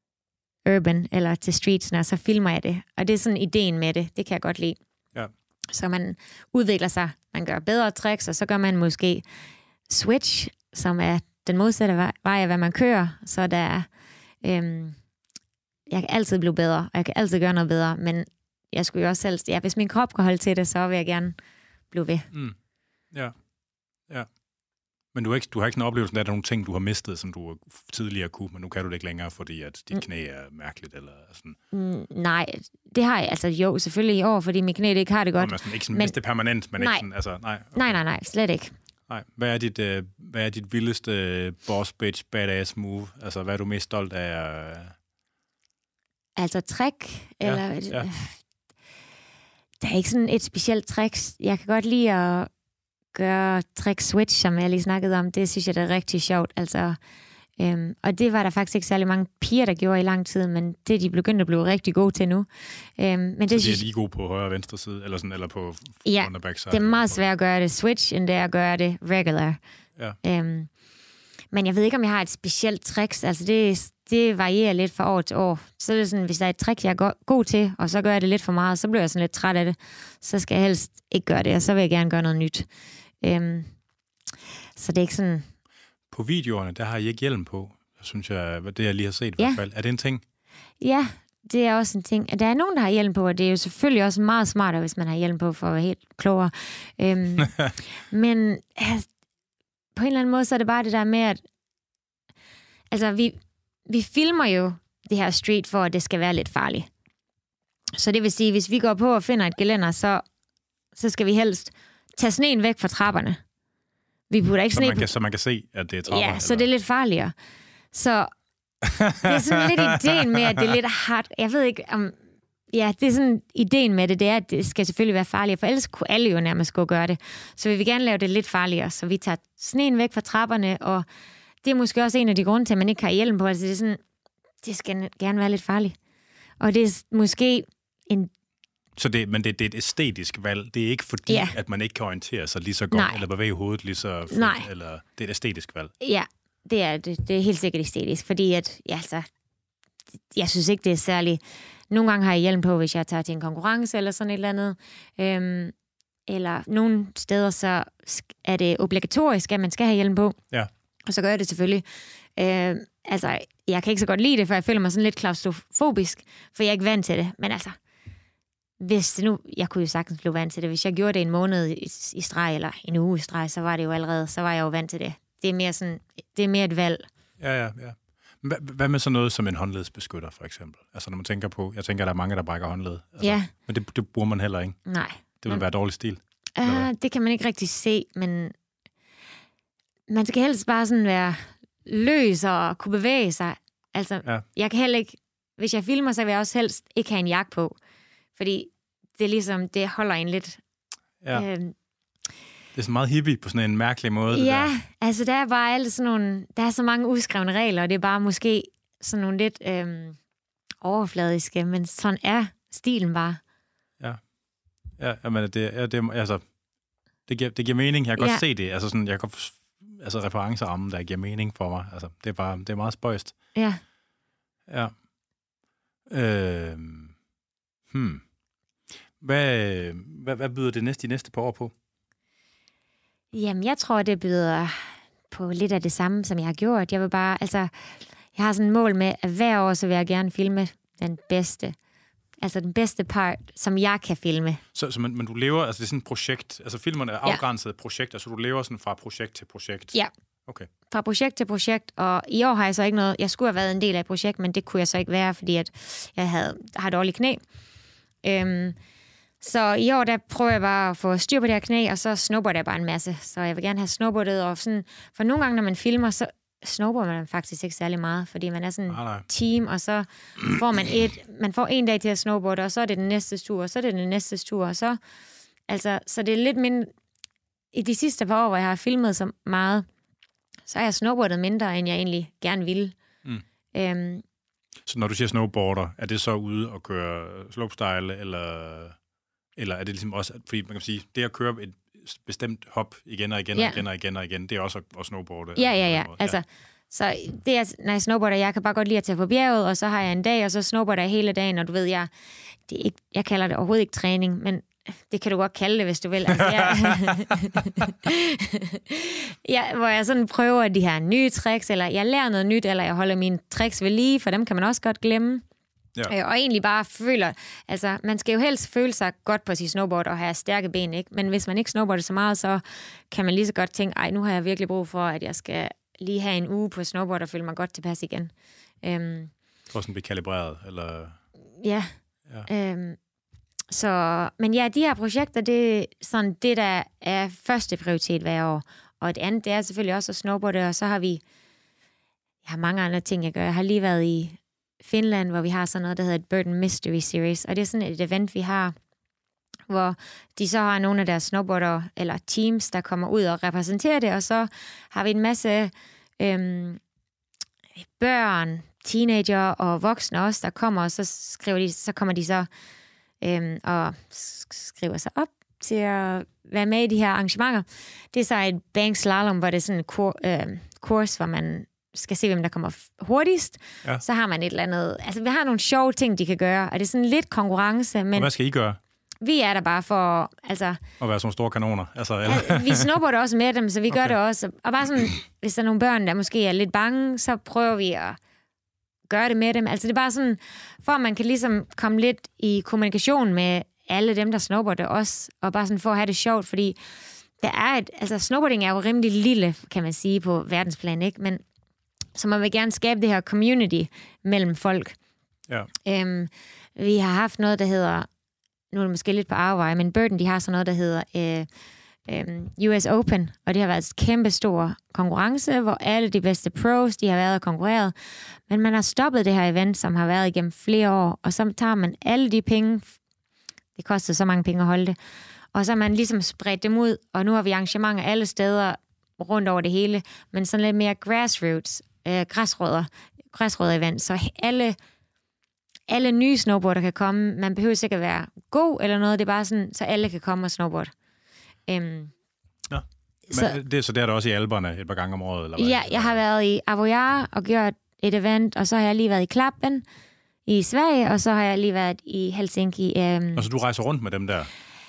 urban, eller til streetsen, og så filmer jeg det, og det er sådan ideen med det, det kan jeg godt lide. Ja. Så man udvikler sig, man gør bedre tricks, og så gør man måske switch, som er den modsatte vej af, hvad man kører, så der er, øhm, jeg kan altid blive bedre, og jeg kan altid gøre noget bedre, men jeg skulle jo også selv... Ja, hvis min krop kan holde til det, så vil jeg gerne blive ved. Mm. Ja. Ja. Men du har ikke, du har ikke sådan en oplevelse, at der er nogle ting, du har mistet, som du tidligere kunne, men nu kan du det ikke længere, fordi at dit knæ er mærkeligt, eller sådan? Mm, nej, det har jeg altså jo selvfølgelig i år, fordi mit knæ det ikke har det godt. Nå, men ikke sådan, men, mistet permanent, men nej, ikke sådan... Altså, nej, okay. nej, nej, nej, slet ikke. Nej. Hvad er dit, øh, hvad er dit vildeste øh, boss bitch badass move? Altså, hvad er du mest stolt af? Øh... Altså trick, ja, eller... Ja. Der er ikke sådan et specielt trick. Jeg kan godt lide at gøre trick switch, som jeg lige snakkede om. Det synes jeg, det er rigtig sjovt. Altså, øhm, og det var der faktisk ikke særlig mange piger, der gjorde i lang tid, men det er de begyndt at blive rigtig gode til nu. Øhm, men så det de er lige gode på højre og venstre side, eller, sådan, eller på ja, front og back side? Det er meget svært at gøre det switch, end det er at gøre det regular. Ja. Øhm, men jeg ved ikke, om jeg har et specielt trick. Altså, det, det varierer lidt fra år til år. Så er det sådan, hvis der er et trick, jeg er god til, og så gør jeg det lidt for meget, så bliver jeg sådan lidt træt af det. Så skal jeg helst ikke gøre det, og så vil jeg gerne gøre noget nyt. Øhm, så det er ikke sådan... På videoerne, der har I ikke hjelm på, synes jeg, det jeg lige har set i ja. hvert fald. Er det en ting? Ja, det er også en ting. Der er nogen, der har hjelm på, og det er jo selvfølgelig også meget smartere, hvis man har hjelm på, for at være helt klogere. Øhm, men altså, på en eller anden måde, så er det bare det der med, at altså, vi, vi filmer jo det her street, for at det skal være lidt farligt. Så det vil sige, hvis vi går på og finder et gelænder, så, så skal vi helst tage sneen væk fra trapperne. Vi putter ikke så sne man kan, så man kan se, at det er trapper? Ja, eller? så det er lidt farligere. Så det er sådan lidt ideen med, at det er lidt hardt. Jeg ved ikke om... Ja, det er sådan ideen med det, det er, at det skal selvfølgelig være farligere, for ellers kunne alle jo nærmest gå og gøre det. Så vil vi gerne lave det lidt farligere, så vi tager sneen væk fra trapperne, og det er måske også en af de grunde til, at man ikke har hjelm på. Altså det er sådan, det skal gerne være lidt farligt. Og det er måske en... Så det, men det, det er et æstetisk valg. Det er ikke fordi, ja. at man ikke kan orientere sig lige så godt, Nej. eller bevæge hovedet lige så fint, Nej. eller det er et æstetisk valg. Ja, det er det. Det er helt sikkert æstetisk, fordi at, ja, altså, jeg synes ikke, det er særligt... Nogle gange har jeg hjelm på, hvis jeg tager til en konkurrence eller sådan et eller andet. Øhm, eller nogle steder, så er det obligatorisk, at man skal have hjelm på. Ja. Og så gør jeg det selvfølgelig. Øhm, altså, jeg kan ikke så godt lide det, for jeg føler mig sådan lidt klaustrofobisk, for jeg er ikke vant til det. Men altså, hvis nu, jeg kunne jo sagtens blive vant til det. Hvis jeg gjorde det en måned i, i streg, eller en uge i streg, så var det jo allerede, så var jeg jo vant til det. Det er mere sådan, det er mere et valg. Ja, ja, ja. Hvad, hvad med sådan noget som en håndledsbeskytter, for eksempel? Altså, når man tænker på... Jeg tænker, der er mange, der brækker håndled. Altså, ja. Men det, det bruger man heller ikke. Nej. Det vil være dårlig stil. Uh, det kan man ikke rigtig se, men man skal helst bare sådan være løs og kunne bevæge sig. Altså, ja. jeg kan heller ikke... Hvis jeg filmer, så vil jeg også helst ikke have en jakke på. Fordi det er ligesom... Det holder en lidt... Ja. Øh, det er så meget hippie på sådan en mærkelig måde. Ja, det der. altså der er bare alle sådan nogle... Der er så mange uskrevne regler, og det er bare måske sådan nogle lidt øhm, overfladiske, men sådan er stilen bare. Ja. Ja, men det, ja, det, altså, det, giver, det giver mening. Jeg kan ja. godt se det. Altså sådan, jeg kan altså referencerammen, der giver mening for mig. Altså, det er bare, det er meget spøjst. Ja. Ja. Øh, hmm. Hvad, hvad, hvad byder det næste, de næste par år på? Jamen, jeg tror, det byder på lidt af det samme, som jeg har gjort. Jeg vil bare, altså, jeg har sådan et mål med, at hver år, så vil jeg gerne filme den bedste, altså den bedste part, som jeg kan filme. Så, så men, men du lever, altså det er sådan et projekt, altså filmerne er afgrænsede ja. projekter, så du lever sådan fra projekt til projekt? Ja. Okay. Fra projekt til projekt, og i år har jeg så ikke noget, jeg skulle have været en del af et projekt, men det kunne jeg så ikke være, fordi at jeg havde, har dårlige knæ. Øhm, Så i år, der prøver jeg bare at få styr på det her knæ, og så snowboarder jeg bare en masse. Så jeg vil gerne have snowboardet, og sådan... For nogle gange, når man filmer, så snowboarder man faktisk ikke særlig meget, fordi man er sådan en team, og så får man et... Man får en dag til at snowboarde, og så er det den næste tur, og så er det den næste tur, og så... Altså, så det er lidt mindre... I de sidste par år, hvor jeg har filmet så meget, så har jeg snowboardet mindre, end jeg egentlig gerne ville. Mm. Øhm, så når du siger snowboarder, er det så ude og køre slopestyle, eller... Eller er det ligesom også, fordi man kan sige, det at køre et bestemt hop igen og igen og ja. igen og igen og igen, det er også at snowboarde? Ja, ja, ja. Altså, så det er, når jeg snowboarder, jeg kan bare godt lide at tage på bjerget, og så har jeg en dag, og så snowboarder jeg hele dagen, og du ved, jeg, det er ikke, jeg kalder det overhovedet ikke træning, men det kan du godt kalde det, hvis du vil. Altså, jeg, ja, hvor jeg sådan prøver de her nye tricks, eller jeg lærer noget nyt, eller jeg holder mine tricks ved lige, for dem kan man også godt glemme. Ja. Og egentlig bare føler, altså man skal jo helst føle sig godt på sit snowboard og have stærke ben, ikke? Men hvis man ikke snowboarder så meget, så kan man lige så godt tænke, ej, nu har jeg virkelig brug for, at jeg skal lige have en uge på snowboard og føle mig godt tilpas igen. Øhm, for sådan blive kalibreret, eller... Ja. ja. Øhm, så, men ja, de her projekter, det er sådan det, der er første prioritet hver år. Og det andet, det er selvfølgelig også at snowboarde, og så har vi... Jeg har mange andre ting, jeg gør. Jeg har lige været i Finland, hvor vi har sådan noget, der hedder et Burden Mystery Series, og det er sådan et event, vi har, hvor de så har nogle af deres snowboardere, eller teams, der kommer ud og repræsenterer det, og så har vi en masse øhm, børn, teenager og voksne også, der kommer, og så, skriver de, så kommer de så øhm, og skriver sig op til at være med i de her arrangementer. Det er så et bank slalom, hvor det er sådan en kur, øh, kurs, hvor man skal se, hvem der kommer hurtigst. Ja. Så har man et eller andet... Altså, vi har nogle sjove ting, de kan gøre, og det er sådan lidt konkurrence, men... Og hvad skal I gøre? Vi er der bare for... Altså, at være sådan store kanoner? Altså, eller? Altså, vi snupper også med dem, så vi okay. gør det også. Og bare sådan, hvis der er nogle børn, der måske er lidt bange, så prøver vi at gøre det med dem. Altså, det er bare sådan, for at man kan ligesom komme lidt i kommunikation med alle dem, der snowboarder også, og bare sådan for at have det sjovt, fordi der er et... Altså, snowboarding er jo rimelig lille, kan man sige, på verdensplan, ikke? Men så man vil gerne skabe det her community mellem folk. Ja. Øhm, vi har haft noget, der hedder, nu er det måske lidt på afveje, men Burden, de har sådan noget, der hedder øh, øh, U S Open, og det har været et kæmpe stor konkurrence, hvor alle de bedste pros, de har været og konkurreret. Men man har stoppet det her event, som har været igennem flere år, og så tager man alle de penge, det koster så mange penge at holde det, og så har man ligesom spredt dem ud, og nu har vi arrangementer alle steder rundt over det hele, men sådan lidt mere grassroots, øh, græsrødder, græsrødder-event, så alle, alle nye snowboarder kan komme. Man behøver sikkert være god eller noget, det er bare sådan, så alle kan komme og snowboard. Øhm, ja. Så, det, så det er der også i Alperne et par gange om året? Eller hvad? Ja, jeg har været i Avoyar og gjort et event, og så har jeg lige været i Klappen i Sverige, og så har jeg lige været i Helsinki. Øhm, og så du rejser rundt med dem der?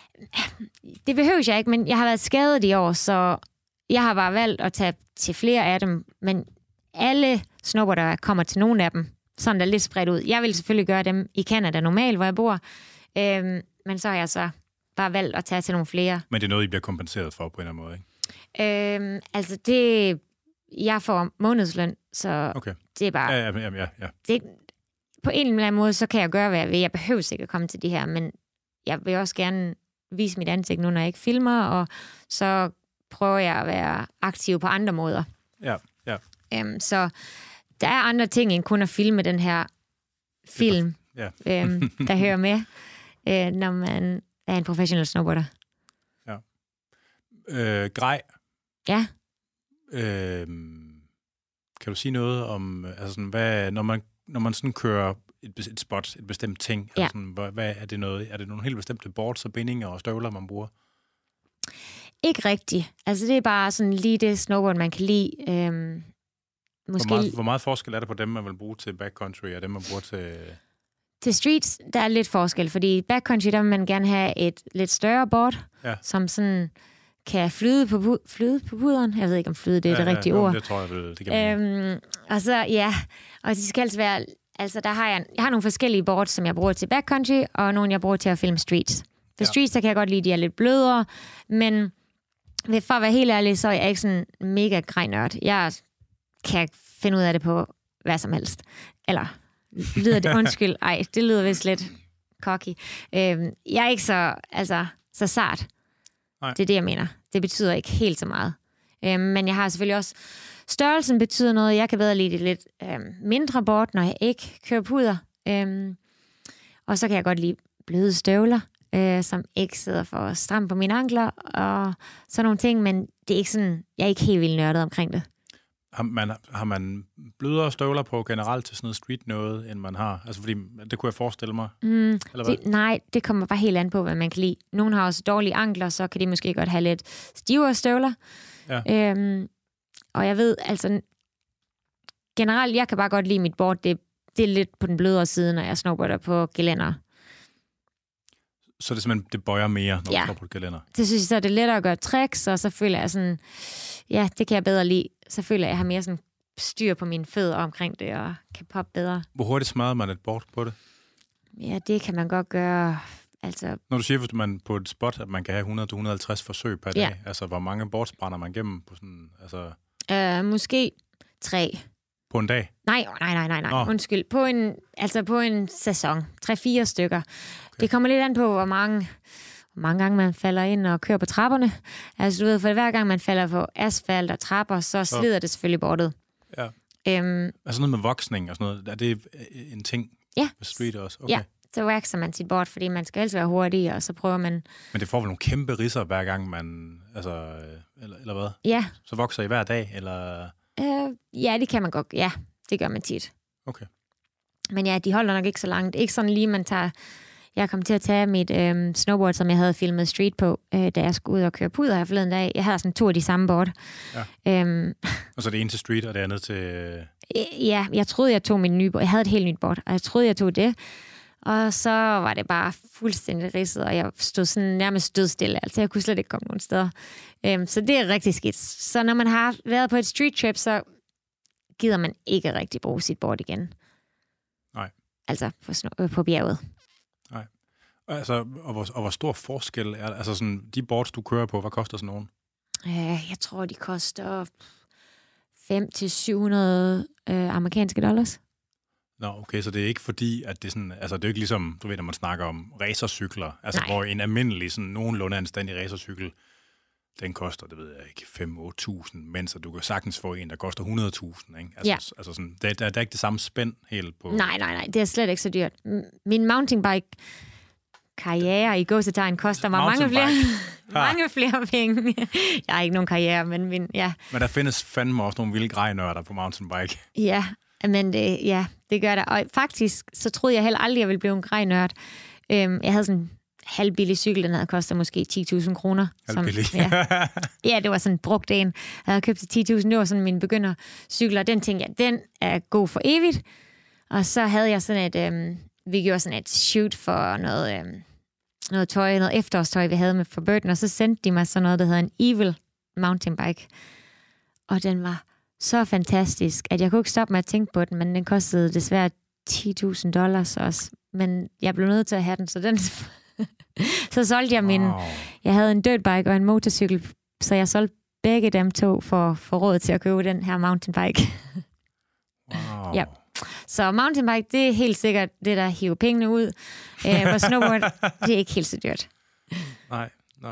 Det behøver jeg ikke, men jeg har været skadet i år, så jeg har bare valgt at tage til flere af dem, men alle snowboardere kommer til nogle af dem, sådan der lidt spredt ud. Jeg vil selvfølgelig gøre dem i Canada normalt, hvor jeg bor, øhm, men så har jeg så bare valgt at tage til nogle flere. Men det er noget, I bliver kompenseret for på en eller anden måde, ikke? Øhm, altså det jeg får månedsløn, så okay. det er bare... Ja, ja, ja, ja. Det, på en eller anden måde, så kan jeg gøre, hvad jeg vil. Jeg behøver ikke at komme til det her, men jeg vil også gerne vise mit ansigt nu, når jeg ikke filmer, og så prøver jeg at være aktiv på andre måder. Ja, ja. Um, så der er andre ting end kun at filme den her film, ja. um, der hører med, uh, når man er en professional snowboarder. Ja. Øh, grej. Ja. Øh, kan du sige noget om, altså sådan, hvad, når man, når man sådan kører et, et spot, et bestemt ting, ja. altså sådan, hvad, hvad er det noget, er det nogle helt bestemte boards og bindinger og støvler, man bruger? Ikke rigtigt. Altså det er bare sådan lige det snowboard, man kan lide. Øhm, måske... hvor, meget, hvor meget forskel er der på dem, man vil bruge til backcountry, og dem, man bruger til... Til streets, der er lidt forskel, fordi backcountry, der vil man gerne have et lidt større board, ja. Som sådan kan flyde på, pu- flyde på puderen. Jeg ved ikke, om flyde det er ja, det rigtige ja, ord. Det tror jeg vel, det kan øhm, Og så, ja, og de skal altså være... Altså, der har jeg, jeg har nogle forskellige boards, som jeg bruger til backcountry, og nogle, jeg bruger til at filme streets. For ja. Streets, der kan jeg godt lide, de er lidt blødere, men for at være helt ærlig, så er jeg ikke sådan mega grejnørd. Jeg kan finde ud af det på hvad som helst. Eller lyder det, undskyld, ej, det lyder vist lidt cocky. Øhm, jeg er ikke så, altså, så sart. Nej. Det er det, jeg mener. Det betyder ikke helt så meget. Øhm, men jeg har selvfølgelig også... Størrelsen betyder noget. Jeg kan bedre lide det lidt øhm, mindre board, når jeg ikke kører puder. Øhm, og så kan jeg godt lide bløde støvler, øh, som ikke sidder for stramt på mine ankler, og sådan nogle ting, men det er ikke sådan... Jeg er ikke helt vildt nørdet omkring det. Har man, har man blødere støvler på generelt til sådan noget street noget, end man har? Altså, fordi det kunne jeg forestille mig. Mm, eller hvad? Det, nej, det kommer bare helt an på, hvad man kan lide. Nogle har også dårlige ankler, så kan de måske godt have lidt stivere støvler. Ja. Øhm, og jeg ved, altså... Generelt, jeg kan bare godt lide mit board. Det, det er lidt på den blødere side, når jeg snowboarder på gelænder. Så det simpelthen, det bøjer mere, når ja. du står på et gelænder? Det synes jeg, så er det lettere at gøre tricks, og så føler jeg sådan... Ja, det kan jeg bedre lide. Så føler jeg, at jeg har mere sådan styr på mine fødder omkring det, og kan poppe bedre. Hvor hurtigt smadrer man et board på det? Ja, det kan man godt gøre. Altså... Når du siger, at man på et spot, at man kan have hundrede til hundrede og halvtreds forsøg per dag, ja. Altså hvor mange boards brænder man igennem på sådan... Altså... Øh, måske tre. På en dag? Nej, nej, nej, nej, nej. Undskyld. På en, altså på en sæson. Tre-fire stykker. Okay. Det kommer lidt an på, hvor mange... mange gange man falder ind og kører på trapperne. Altså du ved, for hver gang man falder på asfalt og trapper, så slider oh. det selvfølgelig bordet. Ja. Øhm, altså noget med voksning og sådan noget, er det en ting ja. på street også? Okay. Ja, så waxer man sit board, fordi man skal altid være hurtig, og så prøver man... Men det får vel nogle kæmpe ridser hver gang man... Altså, eller, eller hvad? Ja. Så vokser I hver dag, eller... Øh, ja, det kan man godt. Ja, det gør man tit. Okay. Men ja, de holder nok ikke så langt. Ikke sådan lige, man tager... Jeg kom til at tage mit øhm, snowboard, som jeg havde filmet street på, øh, da jeg skulle ud og køre puder her forleden dag. Jeg havde sådan to af de samme board. Ja. Øhm, og så det ene til street, og det andet til... Ja, jeg troede, jeg tog mit nye board. Jeg havde et helt nyt board, og jeg troede, jeg tog det. Og så var det bare fuldstændig ridset, og jeg stod sådan nærmest dødstille. Altså, jeg kunne slet ikke komme nogen steder. Øhm, så det er rigtig skidt. Så når man har været på et street trip, så gider man ikke rigtig bruge sit board igen. Nej. Altså på, sno- på bjerget. Nej. Altså, og hvor, og hvor stor forskel er der? Altså sådan, de boards, du kører på, hvad koster sådan nogen? Øh, jeg tror, de koster fem til syv hundrede øh, amerikanske dollars. Nå, okay, så det er ikke fordi, at det er sådan, altså det er ikke ligesom, du ved, når man snakker om racercykler, altså Nej. Hvor en almindelig, sådan nogenlunde anstændig racercykel, den koster, det ved jeg ikke, fem til otte tusind, mens du kan sagtens få en, der koster hundrede tusind, ikke? Altså, ja. altså sådan, der, der, der er ikke det samme spænd helt på... Nej, nej, nej, det er slet ikke så dyrt. Min mountainbike karriere i gåsetegn koster mig mange flere, mange flere penge. Jeg har ikke nogen karriere, men min, ja. Men der findes fandme også nogle vilde grejnørder på mountainbike. Ja, men det, ja, det gør der. Og faktisk, så troede jeg heller aldrig, jeg ville blive en grejnørd. Øhm, jeg havde sådan en halvbillig cykel, den havde kostet måske ti tusind kroner. Halvbillig? Ja. ja, det var sådan en brugt en. Jeg havde købt til ti tusind, det var sådan min begyndercykel, og den tænkte jeg, den er god for evigt. Og så havde jeg sådan et, øhm, vi gjorde sådan et shoot for noget... Øhm, noget tøj, noget efterårstøj, vi havde med for Burton, og så sendte de mig sådan noget, der hedder en Evil mountainbike. Og den var så fantastisk, at jeg kunne ikke stoppe med at tænke på den, men den kostede desværre ti tusind dollars også. Men jeg blev nødt til at have den, så den... så solgte jeg min... Wow. Jeg havde en dirtbike og en motorcykel, så jeg solgte begge dem to for, for råd til at købe den her mountainbike. Wow. Ja. Så mountainbike, det er helt sikkert det, der hiver pengene ud. Øh, og snowboard, det er ikke helt så dyrt. Nej, nå.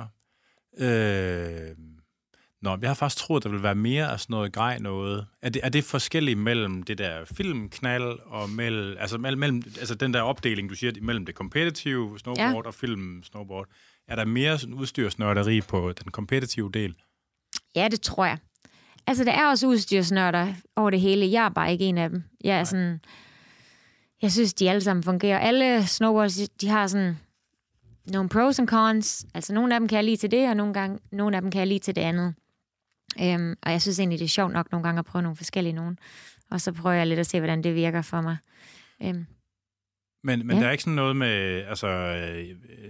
Øh, nå, jeg har faktisk troet, der vil være mere af sådan noget grej noget. Er det, er det forskelligt mellem det der filmknald og mellem, altså, mellem, altså den der opdeling, du siger, mellem det competitive snowboard ja. og film snowboard? Er der mere sådan udstyrsnørderi på den competitive del? Ja, det tror jeg. Altså, der er også udstyrsnørder over det hele. Jeg er bare ikke en af dem. Jeg er sådan... Jeg synes, de alle sammen fungerer. Alle snowboards, de har sådan nogle pros and cons. Altså, nogle af dem kan jeg lide til det, og nogle, gange, nogle af dem kan jeg lide til det andet. Øhm, og jeg synes egentlig, det er sjovt nok nogle gange at prøve nogle forskellige nogen. Og så prøver jeg lidt at se, hvordan det virker for mig. Øhm, men men ja. Der er ikke sådan noget med... Altså, øh, øh,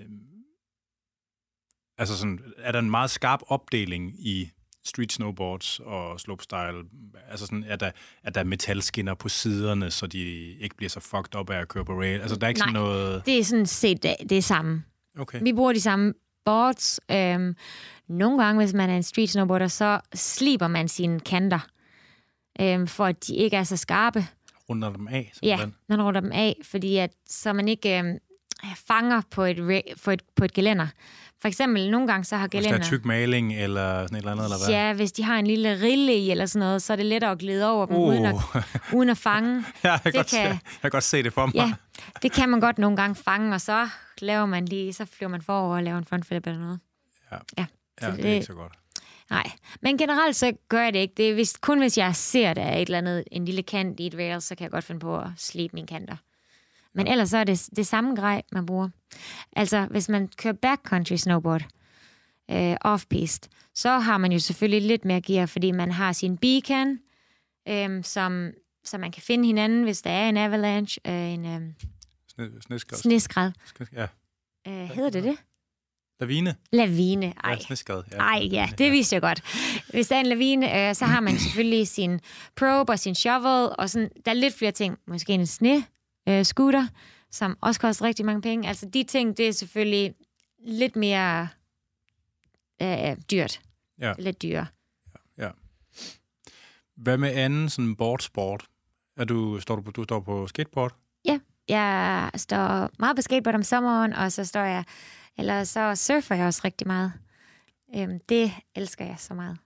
altså sådan, er der en meget skarp opdeling i street snowboards og slopestyle? Altså sådan, er der, er der metalskinner på siderne, så de ikke bliver så fucked up af at køre på rail? Altså, der er ikke Nej, sådan noget... det er sådan set det, det er samme. Okay. Vi bruger de samme boards. Øhm, nogle gange, hvis man er en street snowboarder, så sliber man sine kanter, øhm, for at de ikke er så skarpe. Runder dem af? Ja, man runder dem af, fordi at, så man ikke øhm, fanger på et, på, et, på et gelænder. For eksempel, nogle gange så har gelænder... Hvis der er tyk maling eller sådan et eller andet, eller hvad? Ja, hvis de har en lille rille i eller sådan noget, så er det lettere at glide over dem, uh. uden, at, uden at fange. Ja, jeg, kan godt kan, se, jeg kan godt se det for mig. Ja, det kan man godt nogle gange fange, og så laver man lige, så flyver man forover og laver en frontflip eller noget. Ja, ja, ja det, det er ikke så godt. Nej, men generelt så gør jeg det ikke. Det er hvis, kun hvis jeg ser, der er et eller andet, en lille kant i et rail, så kan jeg godt finde på at slibe mine kanter. Men ellers så er det det samme grej, man bruger. Altså, hvis man kører backcountry snowboard, øh, off-piste, så har man jo selvfølgelig lidt mere gear, fordi man har sin beacon, øh, som, som man kan finde hinanden, hvis der er en avalanche, øh, en øh, sneskred. sneskred. Ja. Øh, hedder det det? Lavine. Lavine, ej. Ja, sneskred. Ja. Ej, ja, det vidste jeg godt. Hvis der er en lavine, øh, så har man selvfølgelig sin probe og sin shovel, og sådan, der er lidt flere ting. Måske en sne, øh, scooter, som også koster rigtig mange penge. Altså, de ting, det er selvfølgelig lidt mere øh, dyrt. Ja. Lidt dyrere. Ja, ja. Hvad med anden sådan boardsport? Er du, står du, på, du står på skateboard? Ja, jeg står meget på skateboard om sommeren, og så står jeg, eller så surfer jeg også rigtig meget. Øhm, det elsker jeg så meget.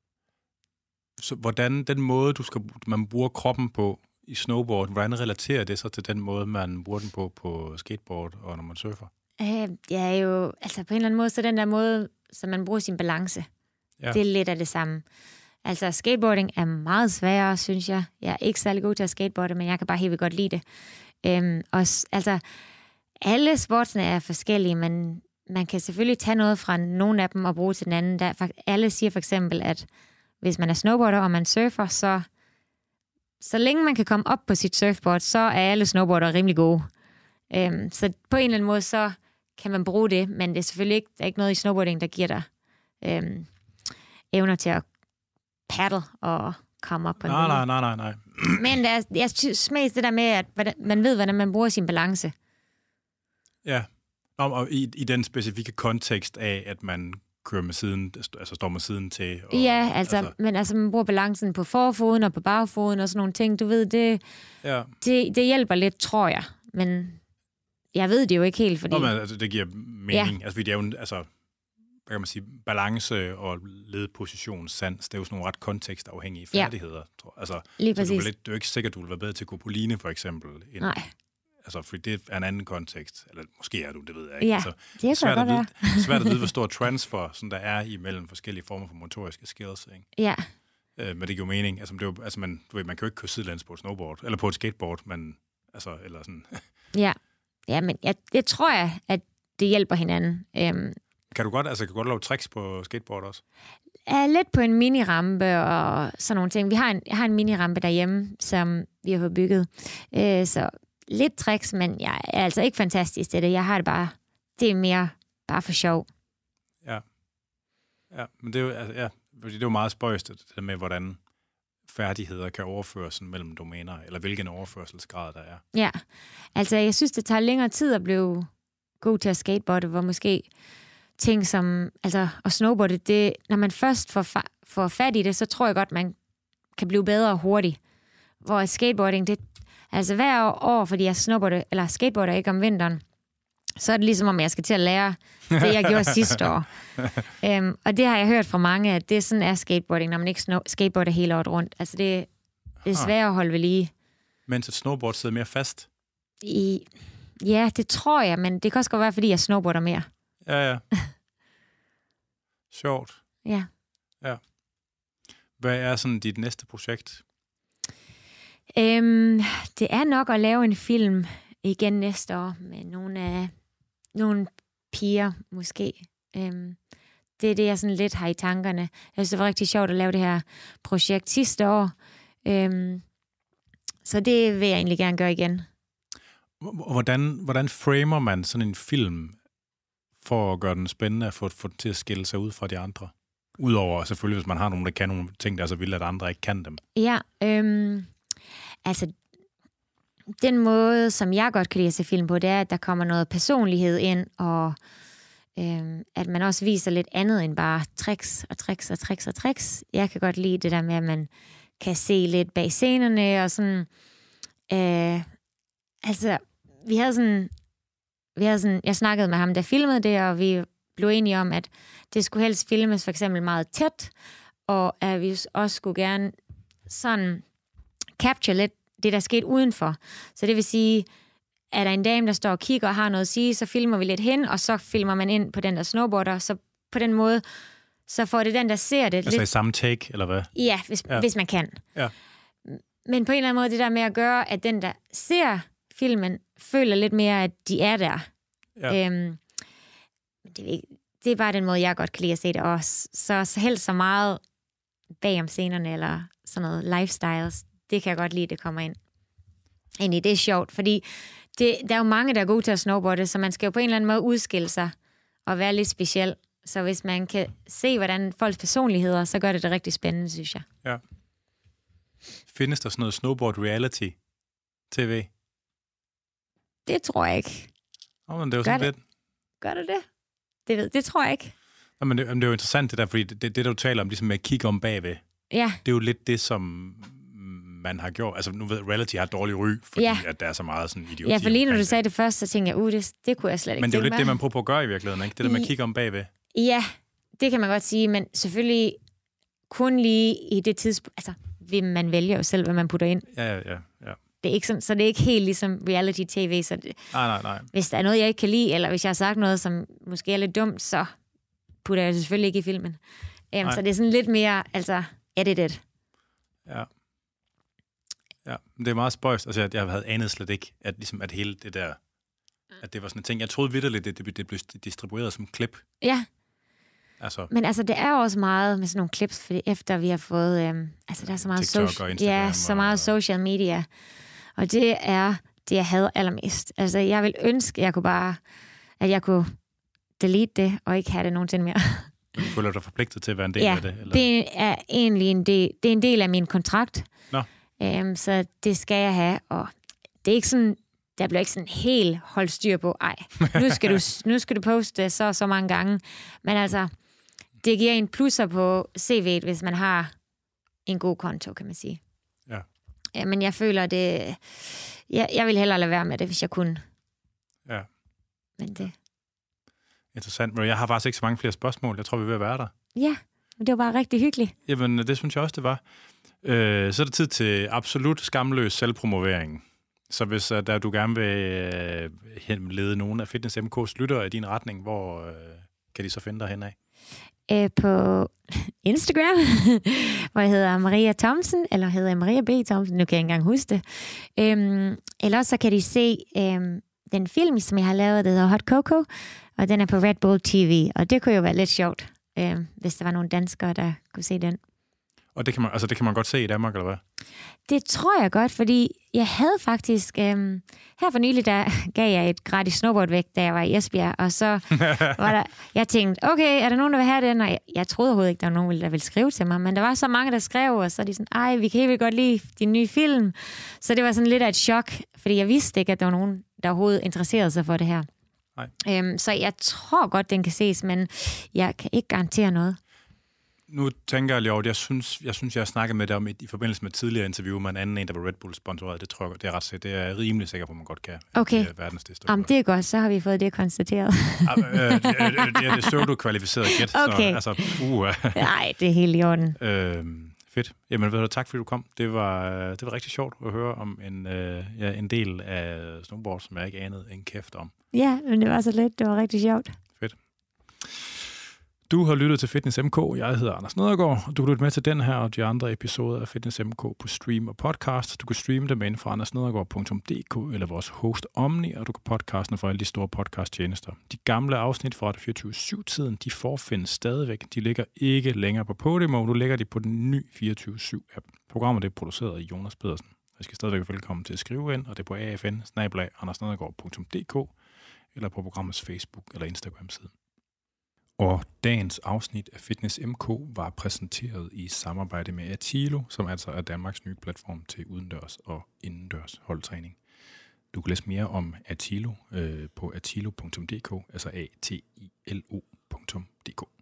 Så hvordan den måde, du skal, man bruger kroppen på i snowboard, hvordan relaterer det så til den måde, man bruger den på på skateboard og når man surfer? Øh, jeg er jo, altså på en eller anden måde, så den der måde, så man bruger sin balance. Ja. Det er lidt af det samme. Altså skateboarding er meget sværere, synes jeg. Jeg er ikke særlig god til at skateboarde, men jeg kan bare helt vildt godt lide det. Øhm, og altså, alle sportsene er forskellige, men man kan selvfølgelig tage noget fra nogle af dem og bruge til den anden. Der, alle siger for eksempel, at hvis man er snowboarder og man surfer, så så længe man kan komme op på sit surfboard, så er alle snowboardere rimelig gode. Øhm, så på en eller anden måde, så kan man bruge det, men det er selvfølgelig ikke, der er ikke noget i snowboarding, der giver dig øhm, evner til at paddle og komme op på en nej, nej, nej, nej, nej. Men der er, jeg synes mest det der med, at hvordan, man ved, hvordan man bruger sin balance. Ja, og i, i den specifikke kontekst af, at man kører med siden, altså står med siden til. Og, ja, altså, altså, men altså, man bruger balancen på forfoden og på bagfoden og sådan nogle ting. Du ved, det, ja. det, det hjælper lidt, tror jeg. Men jeg ved det jo ikke helt, fordi... Nå, men altså, det giver mening. Ja. Altså, fordi det er jo, altså, hvad kan man sige, balance og ledposition, sans, det er jo sådan nogle ret kontekstafhængige færdigheder. Ja. Tror jeg. Altså, lige præcis. Så du er, lidt, du er ikke sikker, at du vil være bedre til at gå på line, for eksempel. End, nej. Altså, fordi det er en anden kontekst. Eller måske er du, det ved jeg ikke. Ja, altså, det er svært at vide, svært at vide, hvor stor transfer sådan der er imellem forskellige former for motoriske skills. Ikke? Ja. Øh, men det giver jo mening. Altså, det er jo, altså man, du ved, man kan jo ikke køre sidelæns på et snowboard, eller på et skateboard, men altså, eller sådan. ja. Ja, men jeg, jeg tror jeg, at det hjælper hinanden. Øhm, kan du godt, altså, kan du godt lave tricks på skateboard også? Er lidt på en minirampe og sådan nogle ting. Vi har en, jeg har en minirampe derhjemme, som vi har fået bygget. Øh, så lidt tricks, men jeg er altså ikke fantastisk til det. Jeg har det bare, det er mere bare for sjov. Ja. Ja, men det er jo, altså, ja, fordi det er jo meget spøjst, det der med, hvordan færdigheder kan overføres mellem domæner, eller hvilken overførselsgrad der er. Ja, altså jeg synes, det tager længere tid at blive god til at skateboarde, hvor måske ting som, altså at snowboarde, det, når man først får, fa- får fat i det, så tror jeg godt, man kan blive bedre hurtigt. Hvor skateboarding, det, altså hver år, fordi jeg snowboarder, eller skateboarder ikke om vinteren, så er det ligesom, om jeg skal til at lære det, jeg gjorde sidste år. Um, og det har jeg hørt fra mange, at det sådan er skateboarding, når man ikke snow- skateboarder hele året rundt. Altså det, det er svært at holde ved lige. Mens et snowboard sidder mere fast? I, ja, det tror jeg, men det kan også godt være, fordi jeg snowboarder mere. Ja, ja. Sjovt. Ja. Ja. Hvad er sådan dit næste projekt? Um, det er nok at lave en film igen næste år med nogle af nogle piger, måske. Um, det er det, jeg sådan lidt har i tankerne. Jeg synes, det var rigtig sjovt at lave det her projekt sidste år. Um, så det vil jeg egentlig gerne gøre igen. Hvordan, hvordan framer man sådan en film for at gøre den spændende og få, få den til at skille sig ud fra de andre? Udover selvfølgelig, hvis man har nogen, der kan nogle ting, der er så vildt, at andre ikke kan dem. Ja, øhm, altså den måde, som jeg godt kan lide at se film på, det er, at der kommer noget personlighed ind, og øhm, at man også viser lidt andet end bare tricks og tricks og tricks og tricks. Jeg kan godt lide det der med, at man kan se lidt bag scenerne, og sådan... Øh, altså, vi havde sådan... Vi havde sådan, jeg snakkede med ham, der filmede det, og vi blev enige om, at det skulle helst filmes for eksempel meget tæt, og at vi også skulle gerne sådan capture lidt det, der skete udenfor. Så det vil sige, at der en dame, der står og kigger og har noget at sige, så filmer vi lidt hen, og så filmer man ind på den der snowboarder, så på den måde, så får det den, der ser det. Altså lidt... i samme take, eller hvad? Ja, hvis, ja. hvis man kan. Ja. Men på en eller anden måde, det der med at gøre, at den, der ser filmen, føler lidt mere, at de er der. Ja. Øhm, det, det er bare den måde, jeg godt kan lide at se det også. Så, så helst så meget bag om scenerne, eller sådan noget lifestyles, det kan jeg godt lide, det kommer ind. Egentlig, det er sjovt, fordi det, der er jo mange, der er gode til at snowboarde, så man skal jo på en eller anden måde udskille sig og være lidt speciel. Så hvis man kan se, hvordan folks personligheder, så gør det det rigtig spændende, synes jeg. Ja. Findes der sådan noget snowboard reality tv? Det tror jeg ikke. Åh, oh, men det er jo sådan det? lidt... Gør det det? Det, ved, det tror jeg ikke. Nå, men det, det er jo interessant det der, fordi det, det, det du taler om, ligesom med at kigge om bagved, ja. Det er jo lidt det, som man har gjort. Altså nu ved reality har et dårligt ry, fordi ja. At der er så meget sådan idioti. Ja, for lige når du sagde det først, så tænkte jeg, uh, det, det kunne jeg slet ikke. Men det er jo lidt med. det, man prøver på at gøre i virkeligheden, ikke? Det der med at kigge om bagved. Ja, det kan man godt sige, men selvfølgelig kun lige i det tidspunkt, altså man vælger jo selv, hvad man putter ind. Ja, ja, ja. Det er ikke sådan, så det er ikke helt ligesom reality-tv, så det, nej, nej, nej. Hvis der er noget, jeg ikke kan lide, eller hvis jeg har sagt noget, som måske er lidt dumt, så putter jeg selvfølgelig ikke i filmen. Um, så det er sådan lidt mere, altså, edited. Ja. Ja, det er meget spøjst. Altså, jeg, jeg havde anet slet ikke, at, ligesom, at hele det der, at det var sådan en ting. Jeg troede vitterligt, at det, det blev distribueret som klip. Ja. Altså. Men altså, det er også meget med sådan nogle clips, fordi efter vi har fået, øhm, altså der er så meget, social, ja, så meget og... social media, og det er det, jeg hader allermest. Altså, jeg vil ønske, at jeg kunne bare, at jeg kunne delete det, og ikke have det nogensinde mere. Du føler dig forpligtet til at være en del ja, af det? Eller? det er egentlig en del, det er en del af min kontrakt. Nå. Øhm, så det skal jeg have, og det er ikke sådan, der bliver ikke sådan helt holdt styr på, ej, nu skal du, nu skal du poste så så mange gange. Men altså, det giver en plusser på C V'et, hvis man har en god konto, kan man sige. Ja. Ja, men jeg føler, det... Jeg, jeg vil hellere lade være med det, hvis jeg kunne. Ja. Men det... Interessant. Men jeg har faktisk ikke så mange flere spørgsmål. Jeg tror, vi er ved at være der. Ja, men det var bare rigtig hyggeligt. Jamen, det synes jeg også, det var. Øh, så er det tid til absolut skamløs selvpromovering. Så hvis uh, der, du gerne vil uh, lede nogen af Fitness M K's lyttere i din retning, hvor uh, kan de så finde dig henad? Øh, på Instagram, hvor jeg hedder Maria Thomsen, eller hedder jeg Maria B. Thomsen, nu kan jeg ikke engang huske det. Øhm, eller så kan de se øhm, den film, som jeg har lavet, der hedder Hot Coco, og den er på Red Bull T V, og det kunne jo være lidt sjovt, øhm, hvis der var nogle danskere, der kunne se den. Og det kan man, altså det kan man godt se i Danmark, eller hvad? Det tror jeg godt, fordi jeg havde faktisk... Øhm, her for nylig, der gav jeg et gratis snowboard væk, da jeg var i Esbjerg, og så var der... Jeg tænkte, okay, er der nogen, der vil have den? Og jeg, jeg troede overhovedet ikke, der var nogen, der ville skrive til mig, men der var så mange, der skrev, og så er de sådan, ej, vi kan helt vildt godt lide din nye film. Så det var sådan lidt af et chok, fordi jeg vidste ikke, at der var nogen, der overhovedet interesserede sig for det her. Nej. Øhm, så jeg tror godt, den kan ses, men jeg kan ikke garantere noget. Nu tænker jeg, jo, jeg synes, jeg synes, jeg har snakket med dig om i, i forbindelse med et tidligere interview med en anden en, der var Red Bull sponsoreret. Det tror jeg, det er ret sikkert. Det er jeg rimelig sikker på, man godt kan. Okay. Det er verdens det Om det er godt, så har vi fået det konstateret. ja, øh, det, det er det pseudo-kvalificerede gæt. Okay. Så, altså, uh, Nej, det er helt i orden. øh, fedt. Jamen, ved du, tak fordi du kom. Det var, det var rigtig sjovt at høre om en, øh, ja, en del af snowboard, som jeg ikke anede en kæft om. Ja, men det var så let. Det var rigtig sjovt. Fedt. Du har lyttet til Fitness M K. Jeg hedder Anders Nedergaard, og du kan lytte med til den her og de andre episoder af Fitness M K på stream og podcast. Du kan streame dem ind fra andersnedergaard punktum d k eller vores host Omni, og du kan podcasten fra alle de store podcasttjenester. De gamle afsnit fra fireogtyve syv tiden, de forfindes stadigvæk. De ligger ikke længere på Podimo, nu ligger de på den nye fireogtyve syv app. Programmet er produceret af Jonas Pedersen. Jeg skal stadigvæk velkommen til at skrive ind, og det er på a f n bindestreg andersnedergaard punktum d k eller på programmets Facebook eller Instagram-side. Og dagens afsnit af Fitness M K var præsenteret i samarbejde med Atilo, som altså er Danmarks nye platform til udendørs og indendørs holdtræning. Du kan læse mere om Atilo øh, på atilo punktum d k, altså a t i l o punktum d k.